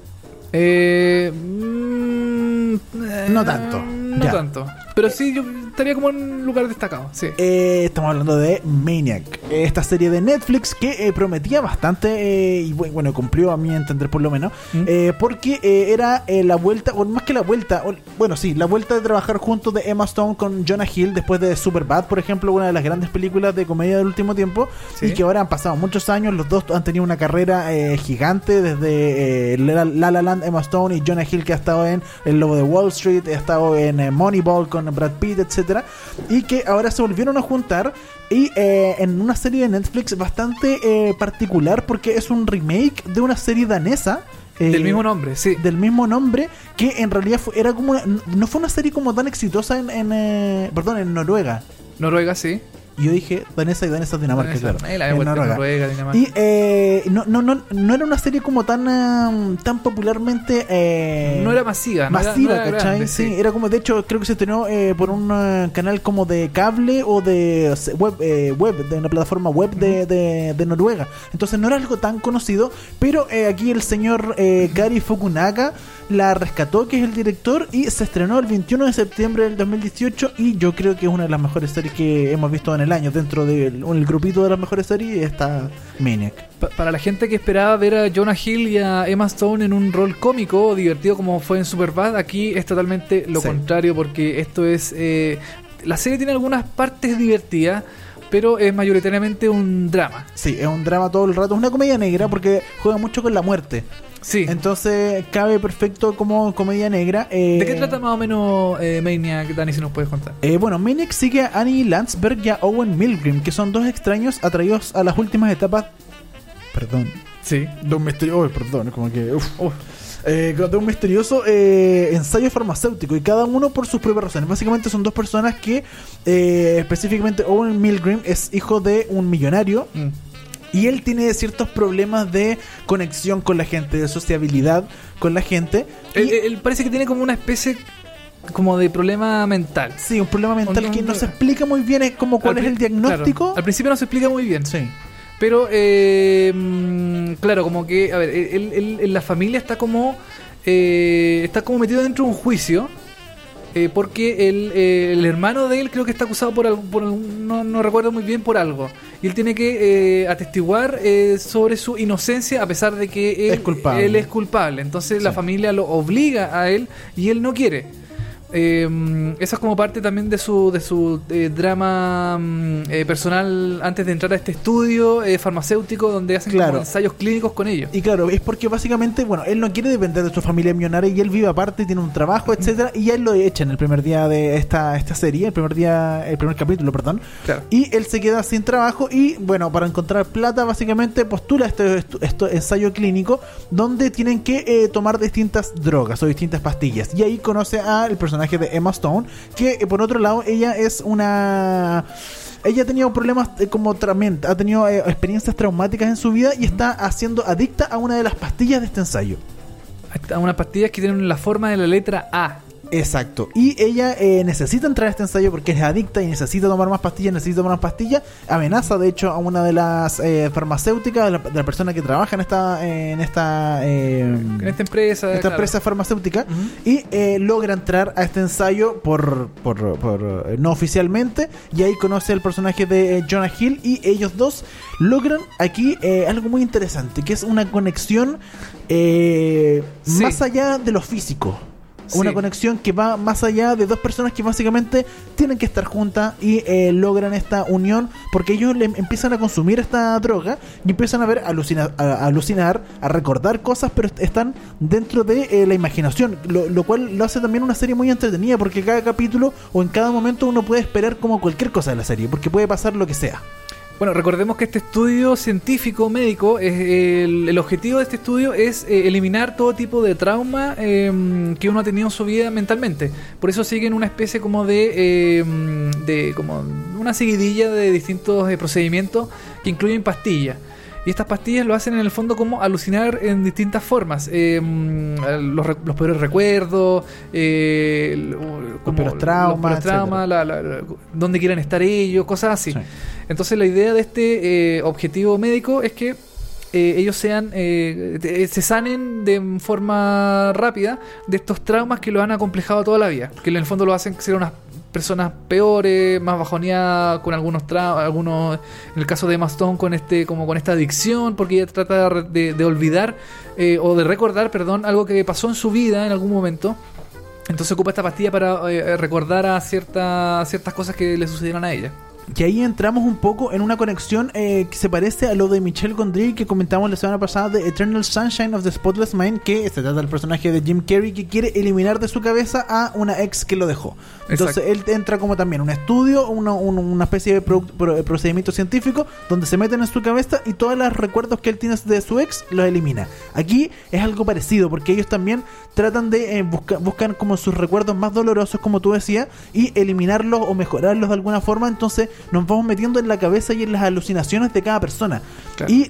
No tanto. No tanto. Pero sí, yo estaría como en un lugar destacado. Sí. Estamos hablando de Maniac, esta serie de Netflix que prometía bastante y bueno, cumplió a mi entender por lo menos, porque era la vuelta, o más que la vuelta, la vuelta de trabajar juntos de Emma Stone con Jonah Hill después de Superbad, por ejemplo, una de las grandes películas de comedia del último tiempo, y que ahora han pasado muchos años, los dos han tenido una carrera gigante, desde La La Land, Emma Stone, y Jonah Hill, que ha estado en El Lobo de Wall Street, ha estado en Moneyball con Brad Pitt, etcétera, y que ahora se volvieron a juntar y en una serie de Netflix bastante particular, porque es un remake de una serie danesa del mismo nombre, sí. Del mismo nombre, que en realidad era como no fue una serie como tan exitosa en Noruega. Noruega, sí. Yo dije danesa, y danesa Dinamarca, claro. En Noruega, Dinamarca. Y no era una serie como tan popularmente no era masiva, ¿cachai? Grande, sí, era como, de hecho, creo que se estrenó por un canal como de cable o de web, de una plataforma web de Noruega. Entonces no era algo tan conocido, pero aquí el señor Kari Fukunaga la rescató, que es el director, y se estrenó el 21 de septiembre del 2018, y yo creo que es una de las mejores series que hemos visto en el año. Dentro del grupito de las mejores series está Maniac. Para la gente que esperaba ver a Jonah Hill y a Emma Stone en un rol cómico o divertido como fue en Superbad, aquí es totalmente lo contrario, porque esto es... la serie tiene algunas partes divertidas, pero es mayoritariamente un drama. Sí, es un drama todo el rato, es una comedia negra porque juega mucho con la muerte. Sí. Entonces cabe perfecto como comedia negra. ¿De qué trata más o menos Maniac, Dani, si nos puedes contar? Bueno, Maniac sigue a Annie Landsberg y a Owen Milgrim, que son dos extraños atraídos a las últimas etapas. Perdón. Sí. De un misterioso. Perdón, como que. De un misterioso ensayo farmacéutico, y cada uno por sus propias razones. Básicamente son dos personas que, específicamente Owen Milgrim es hijo de un millonario. Y él tiene ciertos problemas de conexión con la gente, de sociabilidad con la gente. Él parece que tiene como una especie como de problema mental. Sí, un problema mental que no se explica muy bien como cuál es el diagnóstico. Claro, al principio no se explica muy bien. Sí. Pero, claro, como que, a ver, él en la familia está como metido dentro de un juicio. Porque el hermano de él creo que está acusado no recuerdo muy bien, por algo. Y él tiene que atestiguar sobre su inocencia, a pesar de que él es culpable. Entonces la familia lo obliga a él y él no quiere. Esa es como parte también de su drama personal antes de entrar a este estudio farmacéutico donde hacen como ensayos clínicos con ellos. Y claro, es porque básicamente, bueno, él no quiere depender de su familia millonaria y él vive aparte, tiene un trabajo, etcétera, y él lo echa en el primer día de esta serie, el primer capítulo, perdón. Claro. Y él se queda sin trabajo y, bueno, para encontrar plata, básicamente postula este ensayo clínico donde tienen que tomar distintas drogas o distintas pastillas. Y ahí conoce al personaje de Emma Stone, que por otro lado ella ha tenido problemas ha tenido experiencias traumáticas en su vida y está haciendo adicta a una de las pastillas de este ensayo. A unas pastillas que tienen la forma de la letra A. Exacto. Y ella necesita entrar a este ensayo porque es adicta y necesita tomar más pastillas, amenaza de hecho a una de las farmacéuticas, de la persona que trabaja en esta empresa farmacéutica, y logra entrar a este ensayo por no oficialmente, y ahí conoce al personaje de Jonah Hill, y ellos dos logran aquí algo muy interesante, que es una conexión más allá de lo físico. Una conexión que va más allá de dos personas que básicamente tienen que estar juntas y logran esta unión porque ellos empiezan a consumir esta droga y empiezan a ver, a alucinar, a recordar cosas, pero están dentro de la imaginación, lo cual lo hace también una serie muy entretenida porque cada capítulo o en cada momento uno puede esperar como cualquier cosa de la serie porque puede pasar lo que sea. Bueno, recordemos que este estudio científico médico, el objetivo de este estudio es eliminar todo tipo de trauma que uno ha tenido en su vida mentalmente. Por eso siguen una especie como de como una seguidilla de distintos procedimientos que incluyen pastillas. Y estas pastillas lo hacen en el fondo como alucinar en distintas formas. Los peores recuerdos, los peores traumas, dónde quieran estar ellos, cosas así. Sí. Entonces la idea de este objetivo médico es que ellos se sanen de forma rápida de estos traumas que lo han acomplejado toda la vida. Que en el fondo lo hacen ser unas personas peores, más bajoneadas, con algunos en el caso de Emma Stone con esta adicción, porque ella trata de olvidar o de recordar, algo que pasó en su vida en algún momento. Entonces ocupa esta pastilla para recordar a ciertas cosas que le sucedieron a ella. Y ahí entramos un poco en una conexión que se parece a lo de Michel Gondry que comentamos la semana pasada de Eternal Sunshine of the Spotless Mind, que se trata del personaje de Jim Carrey que quiere eliminar de su cabeza a una ex que lo dejó. Entonces él entra como también un estudio, una especie de procedimiento científico donde se meten en su cabeza y todos los recuerdos que él tiene de su ex los elimina. Aquí es algo parecido porque ellos también tratan de buscan como sus recuerdos más dolorosos, como tú decías, y eliminarlos o mejorarlos de alguna forma. Entonces nos vamos metiendo en la cabeza y en las alucinaciones de cada persona. Claro. Y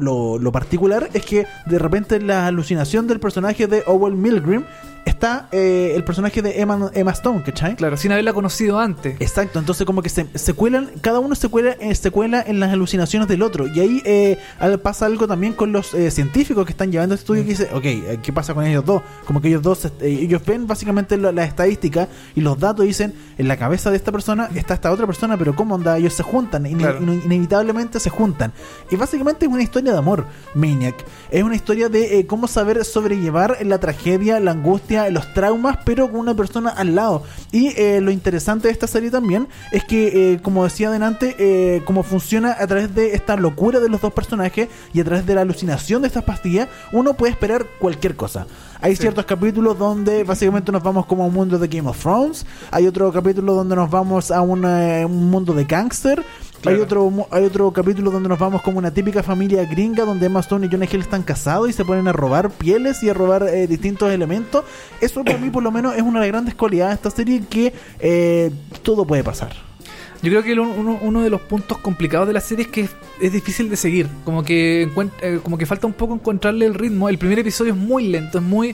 lo particular es que de repente en la alucinación del personaje de Owen Milgrim está el personaje de Emma Stone, ¿cachai? Claro, sin haberla conocido antes. Exacto, entonces como que se cuelan, cada uno se cuela en las alucinaciones del otro. Y ahí pasa algo también con los científicos que están llevando este estudio que dice, ok, ¿qué pasa con ellos dos? Como que ellos dos, ellos ven básicamente las estadísticas y los datos, dicen, en la cabeza de esta persona está esta otra persona, pero ¿cómo onda? Ellos se juntan, inevitablemente se juntan. Y básicamente es una historia de amor, Maniac. Es una historia de cómo saber sobrellevar la tragedia, la angustia, los traumas, pero con una persona al lado. Y lo interesante de esta serie también es que, como decía adelante, cómo funciona a través de esta locura de los dos personajes y a través de la alucinación de estas pastillas, uno puede esperar cualquier cosa. Hay ciertos capítulos donde básicamente nos vamos como a un mundo de Game of Thrones. Hay otro capítulo donde nos vamos a un mundo de gangster. Claro. Hay otro capítulo donde nos vamos como una típica familia gringa donde Emma Stone y Jonah Hill están casados y se ponen a robar pieles y a robar distintos elementos. Eso para mí por lo menos es una de las grandes cualidades de esta serie, que todo puede pasar. Yo creo que uno de los puntos complicados de la serie es que es difícil de seguir. Como que falta un poco encontrarle el ritmo. El primer episodio es muy lento, es muy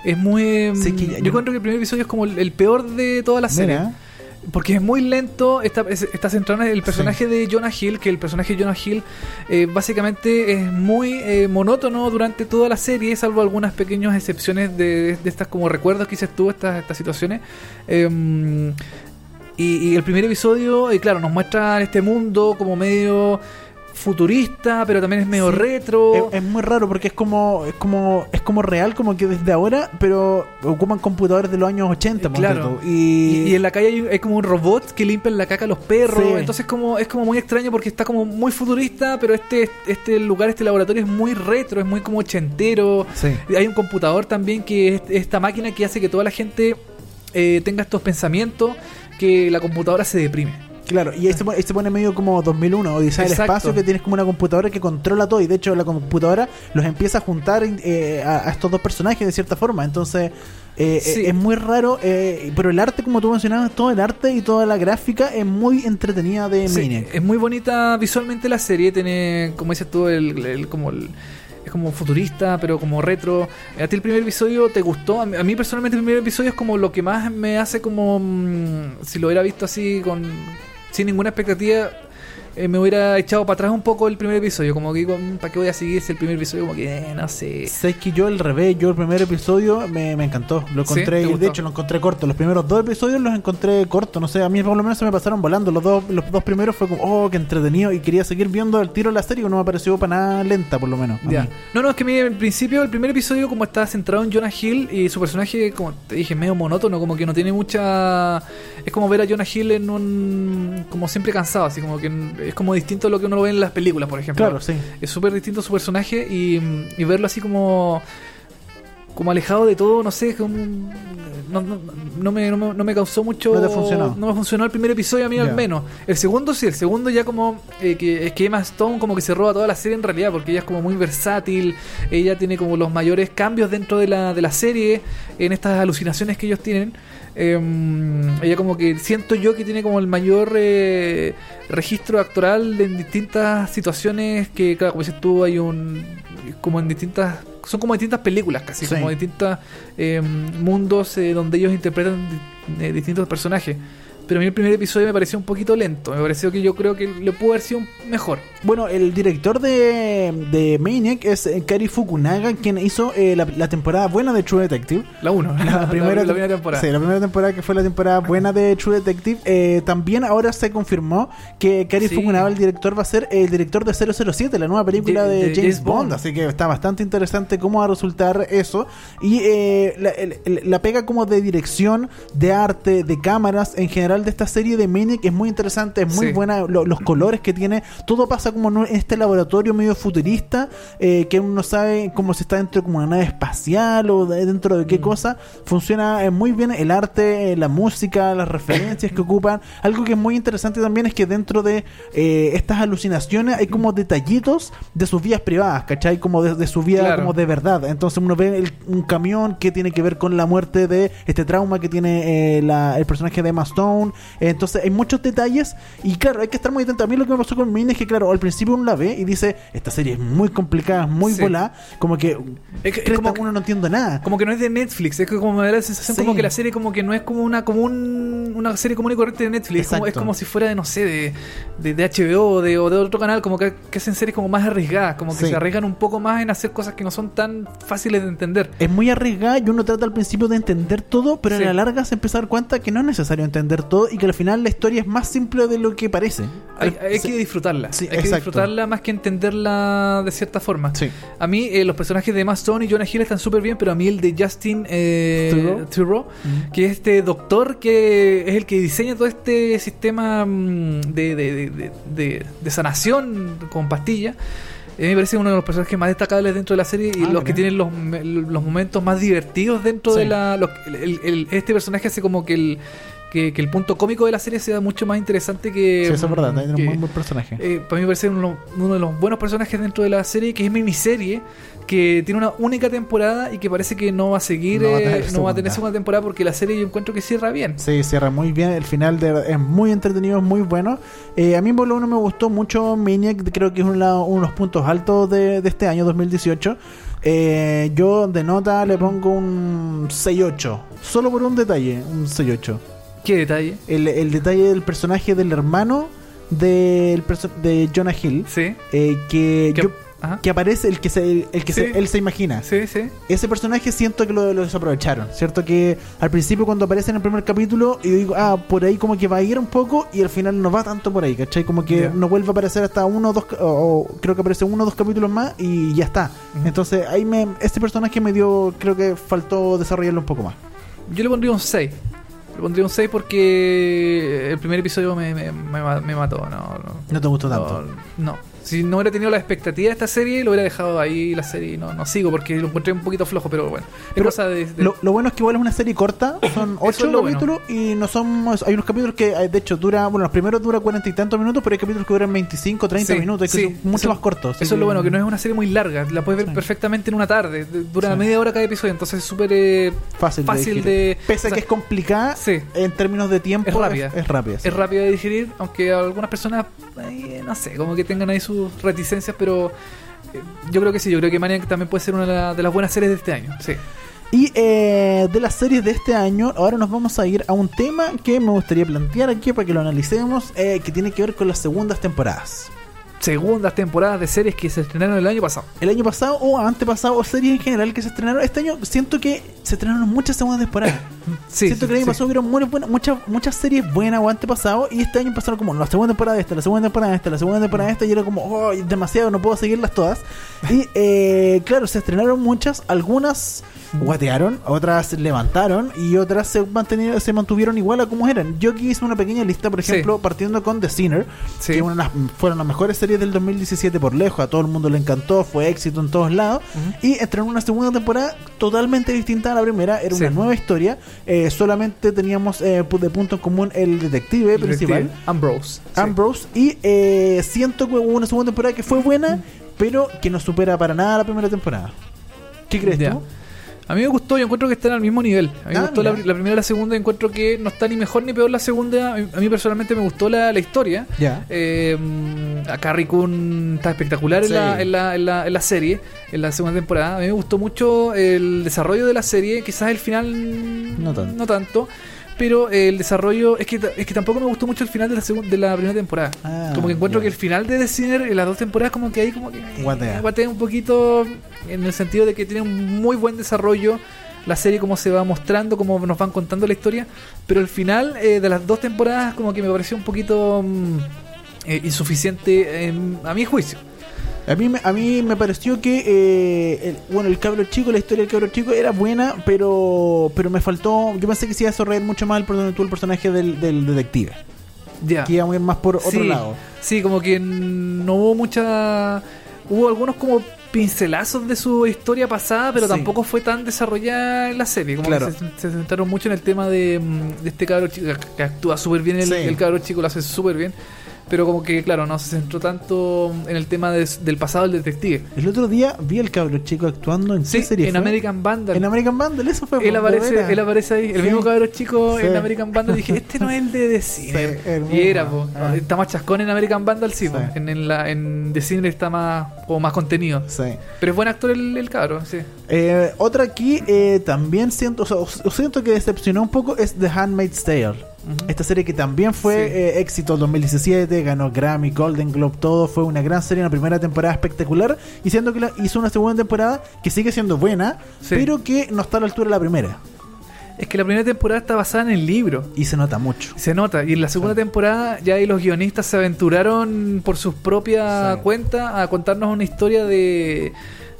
sí, yo encuentro que el primer episodio es como el peor de toda la serie. Mira. Porque es muy lento, está centrado en el personaje de Jonah Hill, que el personaje de Jonah Hill básicamente es muy monótono durante toda la serie, salvo algunas pequeñas excepciones de estas como recuerdos que dices tú, estas situaciones. Y el primer episodio, claro, nos muestra este mundo como medio futurista, pero también es medio retro. Es muy raro porque es como real, como que desde ahora, pero ocupan computadores de los años 80. Claro. Y en la calle hay como un robot que limpia la caca a los perros. Sí. Entonces es como muy extraño porque está como muy futurista, pero este lugar, este laboratorio es muy retro, es muy como ochentero. Sí. Hay un computador también que es esta máquina que hace que toda la gente tenga estos pensamientos, que la computadora se deprime. Claro, y ahí se pone medio como 2001, Odisea del Espacio, que tienes como una computadora que controla todo, y de hecho la computadora los empieza a juntar a estos dos personajes de cierta forma. Entonces sí. Es muy raro, pero el arte, como tú mencionabas, todo el arte y toda la gráfica es muy entretenida de Maniac. Es muy bonita visualmente la serie, tiene, como dices tú, es como futurista, pero como retro. ¿A ti el primer episodio te gustó? A mí personalmente el primer episodio es como lo que más me hace como si lo hubiera visto así sin ninguna expectativa, me hubiera echado para atrás un poco el primer episodio. Como que digo, ¿para qué voy a seguir si el primer episodio? Como que, no sé. Sé que yo al revés, yo el primer episodio me encantó. Lo encontré, ¿Sí? de hecho lo encontré corto. Los primeros 2 episodios los encontré cortos. No sé, a mí por lo menos se me pasaron volando. Los dos primeros fue como, oh, qué entretenido. Y quería seguir viendo el tiro de la serie, que no me pareció para nada lenta, por lo menos. Ya. No, es que a mí en principio, el primer episodio, como está centrado en Jonah Hill y su personaje, como te dije, medio monótono, como que no tiene mucha. Es como ver a Jonah Hill en un. Como siempre cansado, así como que es como distinto a lo que uno lo ve en las películas, por ejemplo. Claro, sí. Es súper distinto su personaje y verlo así como alejado de todo, no sé, como no me causó mucho. No te funcionó. No me funcionó el primer episodio a mí al menos. El segundo sí, el segundo ya como que Emma Stone como que se roba toda la serie en realidad, porque ella es como muy versátil, ella tiene como los mayores cambios dentro de la serie en estas alucinaciones que ellos tienen. Ella como que siento yo que tiene como el mayor registro actoral en distintas situaciones que, claro, como dices tú, hay como en distintas, son como distintas películas casi, sí, como distintos mundos donde ellos interpretan distintos personajes. Pero a mí el primer episodio me pareció un poquito lento. Me pareció que yo creo que le pudo haber sido mejor. Bueno, el director de Maniac es Cary Fukunaga, quien hizo la temporada buena de True Detective. La 1. La primera temporada. Sí, la primera temporada, que fue la temporada buena de True Detective. También ahora se confirmó que Cary Fukunaga, el director, va a ser el director de 007, la nueva película de James Bond. Así que está bastante interesante cómo va a resultar eso. Y la pega como de dirección, de arte, de cámaras, en general de esta serie de Maniac es muy interesante, es muy buena, los colores que tiene, todo pasa como en este laboratorio medio futurista, que uno no sabe cómo se está dentro de como una nave espacial o dentro de qué cosa. Funciona muy bien el arte, la música, las referencias que ocupan. Algo que es muy interesante también es que dentro de estas alucinaciones hay como detallitos de sus vidas privadas, ¿cachai? Como de su vida, como de verdad. Entonces uno ve un camión que tiene que ver con la muerte de este trauma que tiene el personaje de Emma Stone. Entonces hay muchos detalles y claro, hay que estar muy atento. A mí lo que me pasó con Mine es que claro, al principio uno la ve y dice, esta serie es muy complicada, muy volada, como que como que uno no entiende nada, como que no es de Netflix. Es que como me da la sensación como que la serie como que no es como una serie común y corriente de Netflix. Es como si fuera de, no sé, de HBO o de otro canal, como que hacen series como más arriesgadas, como que se arriesgan un poco más en hacer cosas que no son tan fáciles de entender. Es muy arriesgada y uno trata al principio de entender todo, pero a la larga se empieza a dar cuenta que no es necesario entender todo y que al final la historia es más simple de lo que parece. Hay que disfrutarla. Hay que disfrutarla más que entenderla de cierta forma. A mí los personajes de Emma Stone y Jonah Hill están súper bien, pero a mí el de Justin Theroux, que es este doctor que es el que diseña todo este sistema de sanación con pastillas, me parece uno de los personajes más destacables dentro de la serie y los que tienen los momentos más divertidos dentro de este personaje hace como que el punto cómico de la serie sea mucho más interesante que... Sí, eso es verdad, hay un muy buen personaje. Para mí me parece uno de los buenos personajes dentro de la serie, que es miniserie, que tiene una única temporada y que parece que no va a seguir, no va a tener segunda temporada, porque la serie yo encuentro que cierra bien. Sí, cierra muy bien, el final es muy entretenido, es muy bueno. A mí por lo menos me gustó mucho Maniac, creo que es uno de los puntos altos de este año 2018. Yo de nota le pongo un 6-8, solo por un detalle, un 6-8. ¿Qué detalle? El detalle del personaje del hermano de Jonah Hill. Sí. Que aparece, él se imagina. Sí. Ese personaje siento que lo desaprovecharon. Cierto que al principio cuando aparece en el primer capítulo y digo, por ahí como que va a ir un poco y al final no va tanto por ahí, ¿cachai? Como que no vuelve a aparecer hasta uno o dos, o creo que aparece 1 o 2 capítulos más y ya está. Entonces ahí este personaje creo que faltó desarrollarlo un poco más. Yo le pondría un 6. Le pondría un 6 porque el primer episodio me mató. ¿No te gustó tanto? No. Si no hubiera tenido la expectativa de esta serie, lo hubiera dejado ahí la serie. No sigo porque lo encontré un poquito flojo, pero bueno. Lo bueno es que igual es una serie corta, son 8 capítulos y no son... Hay unos capítulos que de hecho los primeros duran 40 y tantos minutos, pero hay capítulos que duran 25, 30 minutos, que son mucho más cortos. Eso es lo bueno, que no es una serie muy larga, la puedes ver perfectamente en una tarde, dura media hora cada episodio, entonces es súper fácil de... Pese a que es complicada, en términos de tiempo, es rápida. Es rápida de digerir, aunque algunas personas, no sé, como que tengan ahí sus reticencias, pero yo creo que sí, yo creo que Maniac también puede ser una de las buenas series de este año. Sí. Y de las series de este año, ahora nos vamos a ir a un tema que me gustaría plantear aquí para que lo analicemos, que tiene que ver con las segundas temporadas. Segundas temporadas de series que se estrenaron el año pasado. El año pasado o antepasado, o series en general que se estrenaron. Este año siento que se estrenaron muchas segundas temporadas. Siento que el año pasado hubieron muchas series buenas o antepasado. Y este año pasaron como la segunda temporada de esta, la segunda temporada de esta, la segunda temporada de esta. Y era como, oh, demasiado, no puedo seguirlas todas. Y claro, se estrenaron muchas. Algunas guatearon, otras levantaron y otras se mantuvieron igual a como eran. Yo aquí hice una pequeña lista, por ejemplo, partiendo con The Sinner, que fueron las mejores series del 2017 por lejos. A todo el mundo le encantó, fue éxito en todos lados. Y estrenó una segunda temporada totalmente distinta a la primera. Era una nueva historia. Solamente teníamos de punto en común el detective principal, Ambrose. Y siento que hubo una segunda temporada que fue buena, pero que no supera para nada la primera temporada. ¿Qué crees tú? A mí me gustó, yo encuentro que están al mismo nivel. A mí me gustó la primera y la segunda, y encuentro que no está ni mejor ni peor la segunda. A mí personalmente me gustó la historia. A Carrie Coon está espectacular en la serie, en la segunda temporada. A mí me gustó mucho el desarrollo de la serie, quizás el final no tanto. Pero el desarrollo es que tampoco me gustó mucho el final de la primera temporada. Como que encuentro que el final de The Sinner en las dos temporadas como que ahí como que guatea un poquito, en el sentido de que tiene un muy buen desarrollo la serie, como se va mostrando, como nos van contando la historia, pero el final de las dos temporadas como que me pareció un poquito insuficiente a mi juicio. A mí me pareció que el cabro chico, la historia del cabro chico era buena, pero me faltó. Yo pensé que se iba a desarrollar mucho más el personaje del detective. Que iba muy más por otro lado. Sí, como que no hubo hubo algunos como pincelazos de su historia pasada, pero tampoco fue tan desarrollada en la serie. Como que se centraron mucho en el tema de este cabro chico, que actúa súper bien. El cabro chico lo hace súper bien. Pero como que, claro, no se centró tanto en el tema del pasado del detective. El otro día vi al cabro chico actuando en qué serie en American Vandal. En American Vandal, eso fue. Él aparece ahí, el mismo cabro chico en American Vandal. Y dije, este no es el de The Sinner. Y era, está más chascón en American Vandal, en The Sinner está más contenido. Pero es buen actor el cabro, sí. Otra aquí, también siento que decepcionó un poco, es The Handmaid's Tale. Esta serie que también fue éxito en 2017, ganó Grammy, Golden Globe, todo. Fue una gran serie, una primera temporada espectacular, y siento que hizo una segunda temporada que sigue siendo buena, pero que no está a la altura de la primera. Es que la primera temporada está basada en el libro. Y se nota mucho. Se nota. Y en la segunda temporada ya ahí los guionistas se aventuraron por sus propias cuentas a contarnos una historia de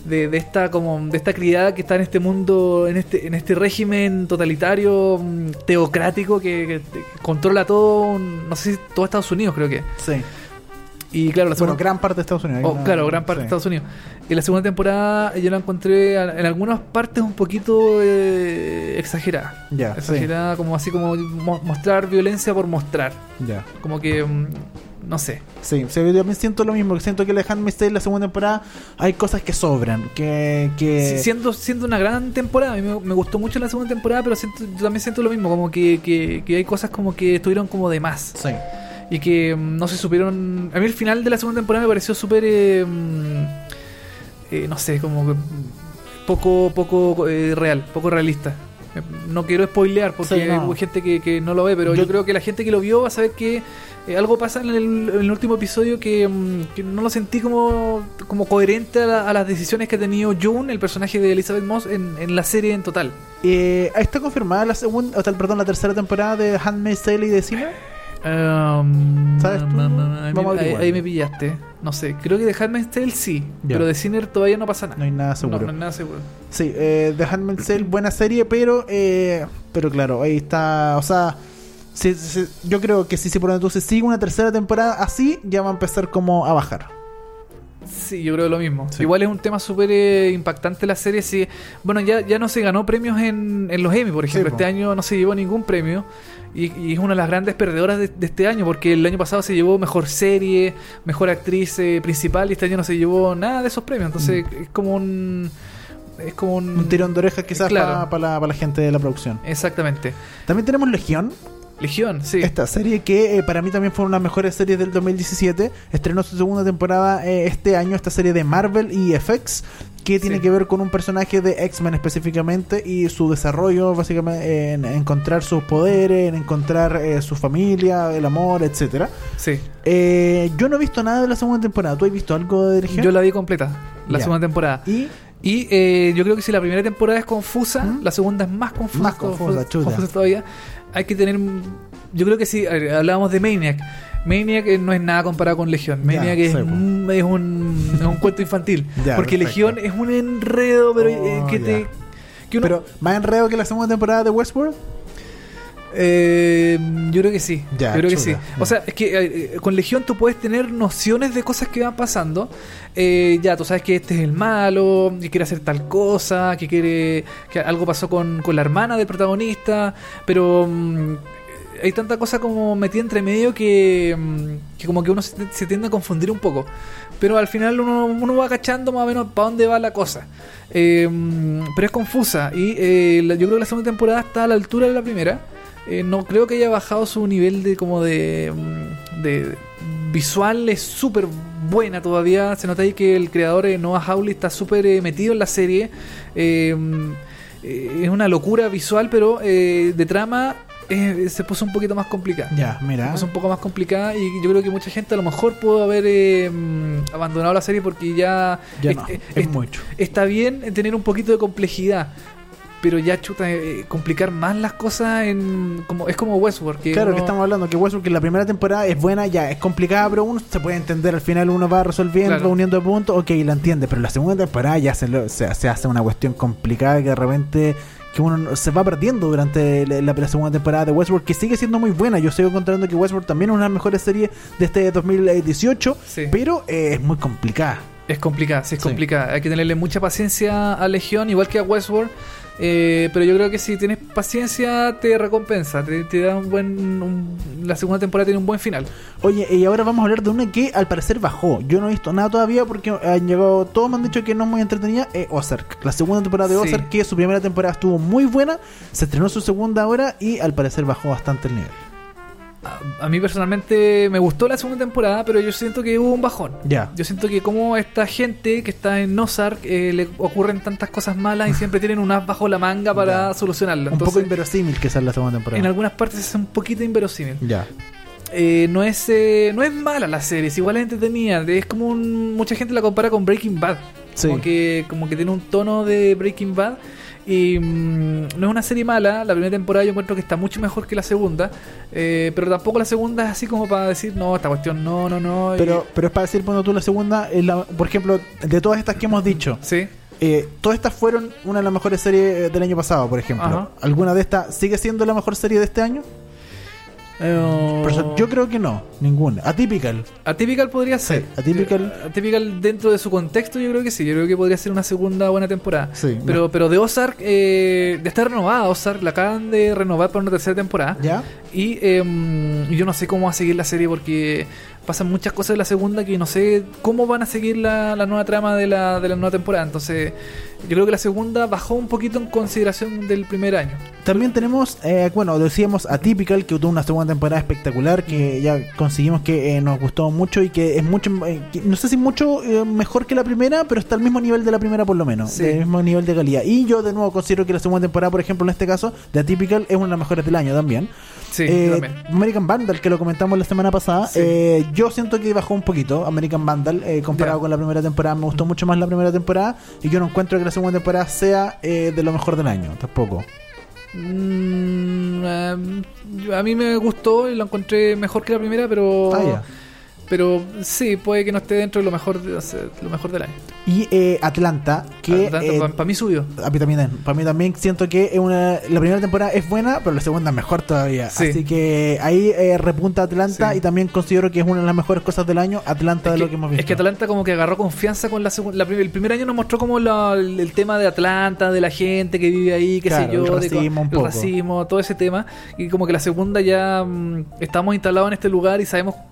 esta criada que está en este mundo, en este régimen totalitario, teocrático, que controla todo, no sé si todo Estados Unidos, creo que. Sí. Y claro, gran parte de Estados Unidos. Gran parte de Estados Unidos. Y la segunda temporada yo la encontré en algunas partes un poquito exagerada. Exagerada, como así como mostrar violencia por mostrar. Como que no sé. Sí, yo también siento lo mismo. Siento que The Handmaid's Tale, la segunda temporada, hay cosas que sobran. Sí, siendo una gran temporada. A mí me gustó mucho la segunda temporada, pero yo también siento lo mismo. Como que hay cosas como que estuvieron como de más. Sí. Y que no se supieron. A mí el final de la segunda temporada me pareció súper no sé, como poco real, poco realista. No quiero spoilear porque hay gente que no lo ve, pero yo creo que la gente que lo vio va a saber que algo pasa en el último episodio que no lo sentí como coherente a las decisiones que ha tenido June, el personaje de Elizabeth Moss, en la serie en total. ¿Está confirmada la tercera temporada de Handmaid's Tale y de Sinner? ¿Sabes tú? Ahí me pillaste. No sé, creo que The Handmaid's Tale sí, pero de Sinner todavía no pasa nada. No hay nada seguro. No hay nada seguro. Sí, The Handmaid's Tale, buena serie, pero claro, ahí está. O sea, yo creo que si por ejemplo se sigue una tercera temporada así, ya va a empezar como a bajar. Sí, yo creo lo mismo. Igual es un tema súper impactante la serie. Sí. Bueno, ya no se ganó premios en los Emmy, por ejemplo. Este año no se llevó ningún premio. Y es una de las grandes perdedoras de este año, porque el año pasado se llevó mejor serie, mejor actriz principal, y este año no se llevó nada de esos premios. Entonces es como un tirón de orejas quizás para la gente de la producción. Exactamente. También tenemos Legión, sí. Esta serie que para mí también fue una de las mejores series del 2017. Estrenó su segunda temporada este año, esta serie de Marvel y FX, que tiene que ver con un personaje de X-Men específicamente y su desarrollo básicamente en encontrar sus poderes, en encontrar su familia, el amor, etcétera. Sí. Yo no he visto nada de la segunda temporada. ¿Tú has visto algo de Legión? Yo la vi completa, la segunda temporada. Y yo creo que si la primera temporada es confusa, la segunda es más confusa. Más confusa todavía. Hay que tener... Yo creo que si hablábamos de Maniac. Maniac no es nada comparado con Legión. Maniac es un cuento infantil. Porque perfecto. Legión es un enredo, pero Pero ¿más enredo que la segunda temporada de Westworld? Yo creo que sí. O sea, es que con Legión tú puedes tener nociones de cosas que van pasando. Tú sabes que este es el malo, que quiere hacer tal cosa, que algo pasó con la hermana del protagonista, pero hay tanta cosa como metida entre medio que como que uno se tiende a confundir un poco. Pero al final uno va cachando más o menos para dónde va la cosa. Pero es confusa. Y yo creo que la segunda temporada está a la altura de la primera. No creo que haya bajado su nivel de visual. Es súper buena todavía. Se nota ahí que el creador Noah Hawley está súper metido en la serie. Es una locura visual, pero de trama se puso un poquito más complicada. Mira. Se puso un poco más complicada y yo creo que mucha gente a lo mejor pudo haber abandonado la serie porque ya no, es mucho. Está bien tener un poquito de complejidad, pero ya complicar más las cosas es como Westworld. Que estamos hablando que Westworld, que la primera temporada es buena, ya es complicada, pero uno se puede entender, al final uno va resolviendo, va uniendo puntos, ok, la entiende, pero la segunda temporada ya se hace una cuestión complicada que de repente que uno se va perdiendo durante la segunda temporada de Westworld, que sigue siendo muy buena. Yo sigo encontrando que Westworld también es una de las mejores series de este 2018, pero es muy complicada. Es complicada, es complicada. Hay que tenerle mucha paciencia a Legión, igual que a Westworld. Pero yo creo que si tienes paciencia te recompensa, te da la segunda temporada tiene un buen final. Oye, y ahora vamos a hablar de una que al parecer bajó. Yo no he visto nada todavía porque han llegado, todos me han dicho que no es muy entretenida. Ozark, la segunda temporada de Ozark, que su primera temporada estuvo muy buena, se estrenó su segunda ahora y al parecer bajó bastante el nivel. A mí personalmente me gustó la segunda temporada, pero yo siento que hubo un bajón. Yo siento que como esta gente que está en Ozark le ocurren tantas cosas malas y siempre tienen un as bajo la manga para solucionarlo. Entonces, un poco inverosímil que sea la segunda temporada. En algunas partes es un poquito inverosímil. No es mala la serie, es igual es entretenida. Es como mucha gente la compara con Breaking Bad. Como que tiene un tono de Breaking Bad. Y no es una serie mala. La primera temporada yo encuentro que está mucho mejor que la segunda, pero tampoco la segunda es así como para decir no, esta cuestión no. Pero es para decir, cuando tú la segunda por ejemplo, de todas estas que hemos dicho, todas estas fueron una de las mejores series del año pasado, por ejemplo. Ajá. ¿Alguna de estas sigue siendo la mejor serie de este año? Yo creo que no, ninguna. Atypical podría ser. Atypical dentro de su contexto, yo creo que sí. Yo creo que podría ser una segunda buena temporada. Pero de Ozark, está renovada Ozark, la acaban de renovar para una tercera temporada. Y yo no sé cómo va a seguir la serie porque pasan muchas cosas de la segunda que no sé cómo van a seguir la nueva trama de la nueva temporada. Entonces yo creo que la segunda bajó un poquito en consideración del primer año. También tenemos, decíamos Atypical, que tuvo una segunda temporada espectacular, que ya conseguimos que nos gustó mucho y que es mucho, no sé si mucho mejor que la primera, pero está al mismo nivel de la primera por lo menos, del mismo nivel de calidad. Y yo de nuevo considero que la segunda temporada, por ejemplo, en este caso, de Atypical, es una de las mejores del año también. También. American Vandal, que lo comentamos la semana pasada, yo siento que bajó un poquito American Vandal comparado con la primera temporada. Me gustó mucho más la primera temporada y yo no encuentro que la segunda temporada sea de lo mejor del año, tampoco. A mí me gustó y lo encontré mejor que la primera, pero pero sí, puede que no esté dentro de lo mejor del año. Y Atlanta, que para mí subió. Para mí también siento que la primera temporada es buena, pero la segunda es mejor todavía. Así que ahí repunta Atlanta y también considero que es una de las mejores cosas del año, Atlanta, de lo que hemos visto. Es que Atlanta como que agarró confianza con la segunda. El primer año nos mostró como el tema de Atlanta, de la gente que vive ahí, qué sé yo, el racismo, todo ese tema. Y como que la segunda ya estamos instalados en este lugar y sabemos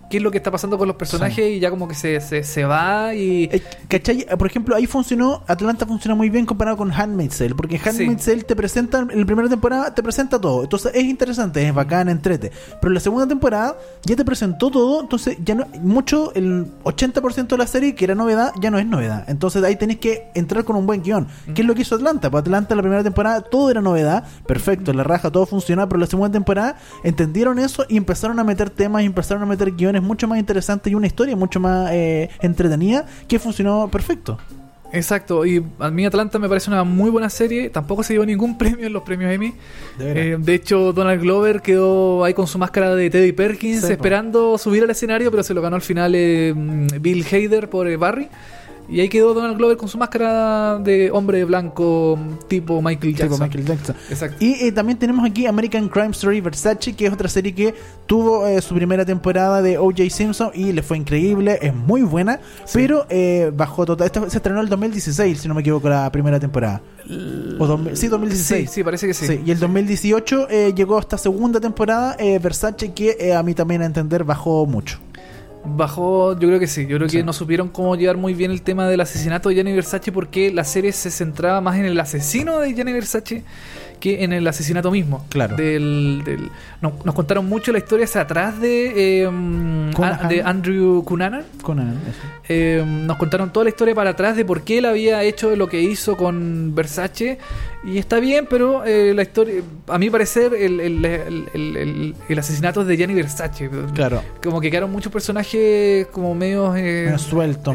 qué es lo que está pasando con los personajes y ya como que se va y... ¿Cachai? Por ejemplo, ahí Atlanta funciona muy bien comparado con Handmaid's Tale, porque Handmaid's Tale te presenta, en la primera temporada te presenta todo, entonces es interesante, es bacán, entrete, pero en la segunda temporada ya te presentó todo, entonces ya no, mucho, el 80% de la serie que era novedad, ya no es novedad, entonces ahí tenés que entrar con un buen guión. ¿Qué es lo que hizo Atlanta? Pues Atlanta en la primera temporada todo era novedad, perfecto, la raja, todo funcionaba, pero en la segunda temporada entendieron eso y empezaron a meter temas, y empezaron a meter guiones mucho más interesantes y una historia mucho más entretenida que funcionó perfecto. Exacto, y a mí Atlanta me parece una muy buena serie. Tampoco se llevó ningún premio en los premios Emmy. De hecho, Donald Glover quedó ahí con su máscara de Teddy Perkins, esperando subir al escenario, pero se lo ganó al final Bill Hader por Barry. Y ahí quedó Donald Glover con su máscara de hombre blanco tipo Michael Jackson. Exacto. Y también tenemos aquí American Crime Story Versace, que es otra serie que tuvo su primera temporada de O.J. Simpson y le fue increíble, es muy buena, pero bajó total. Esto se estrenó en el 2016, si no me equivoco, la primera temporada. Sí, 2016. Sí, parece que sí. Y el 2018 llegó esta segunda temporada, Versace, que a mí también a entender bajó mucho. Bajó, yo creo que sí. Yo creo que no supieron cómo llevar muy bien el tema del asesinato de Gianni Versace, porque la serie se centraba más en el asesino de Gianni Versace que en el asesinato mismo. Claro. Nos contaron mucho la historia hacia atrás de Andrew Cunanan. Nos contaron toda la historia para atrás de por qué él había hecho lo que hizo con Versace. Y está bien, pero la historia, a mi parecer, el asesinato es de Gianni Versace. Claro. Como que quedaron muchos personajes como medio sueltos.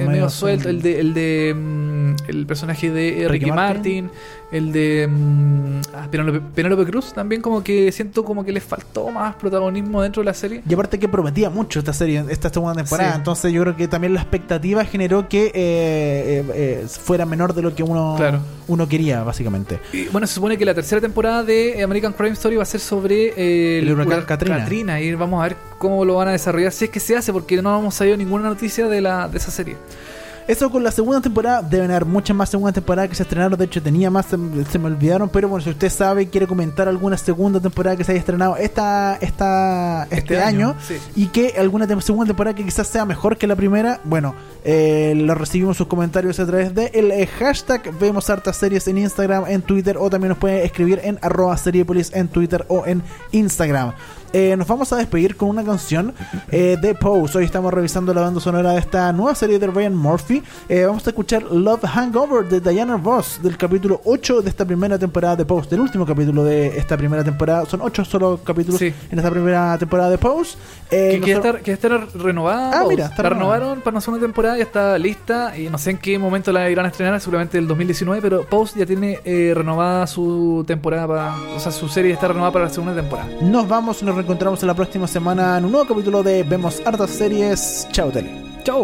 El personaje de Ricky Martin, el de Penélope Cruz también, como que siento como que les faltó más protagonismo dentro de la serie. Y aparte que prometía mucho esta serie, esta segunda temporada, entonces yo creo que también la expectativa generó que fuera menor de lo que uno quería, básicamente. Y bueno, se supone que la tercera temporada de American Crime Story va a ser sobre el huracán Katrina, y vamos a ver cómo lo van a desarrollar, si es que se hace, porque no hemos sabido ninguna noticia de esa serie. Eso con la segunda temporada. Deben haber muchas más segundas temporadas que se estrenaron. De hecho tenía más, se me olvidaron. Pero bueno, si usted sabe, quiere comentar alguna segunda temporada que se haya estrenado este año y que alguna segunda temporada que quizás sea mejor que la primera, bueno, lo recibimos sus comentarios a través de el hashtag Vemos Hartas Series en Instagram, en Twitter, o también nos puede escribir en @Seriepolis en Twitter o en Instagram. Nos vamos a despedir con una canción de Pose. Hoy estamos revisando la banda sonora de esta nueva serie de Ryan Murphy. Vamos a escuchar Love Hangover de Diana Ross, del capítulo 8 de esta primera temporada de Pose, del último capítulo de esta primera temporada. Son 8 solo capítulos en esta primera temporada de Pose. Que está renovada. Mira, la renovaron para una segunda temporada, ya está lista. Y no sé en qué momento la irán a estrenar, seguramente el 2019. Pero Pose ya tiene renovada su temporada, su serie está renovada para la segunda temporada. Nos reencontramos en la próxima semana en un nuevo capítulo de Vemos Hartas Series. Chao, Tele. Chao.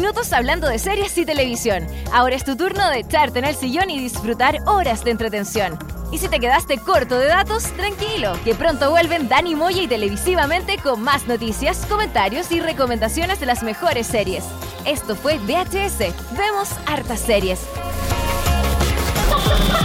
minutos hablando de series y televisión. Ahora es tu turno de echarte en el sillón y disfrutar horas de entretención. Y si te quedaste corto de datos, tranquilo, que pronto vuelven Dani Moya y Televisivamente con más noticias, comentarios y recomendaciones de las mejores series. Esto fue VHS. Vemos hartas series.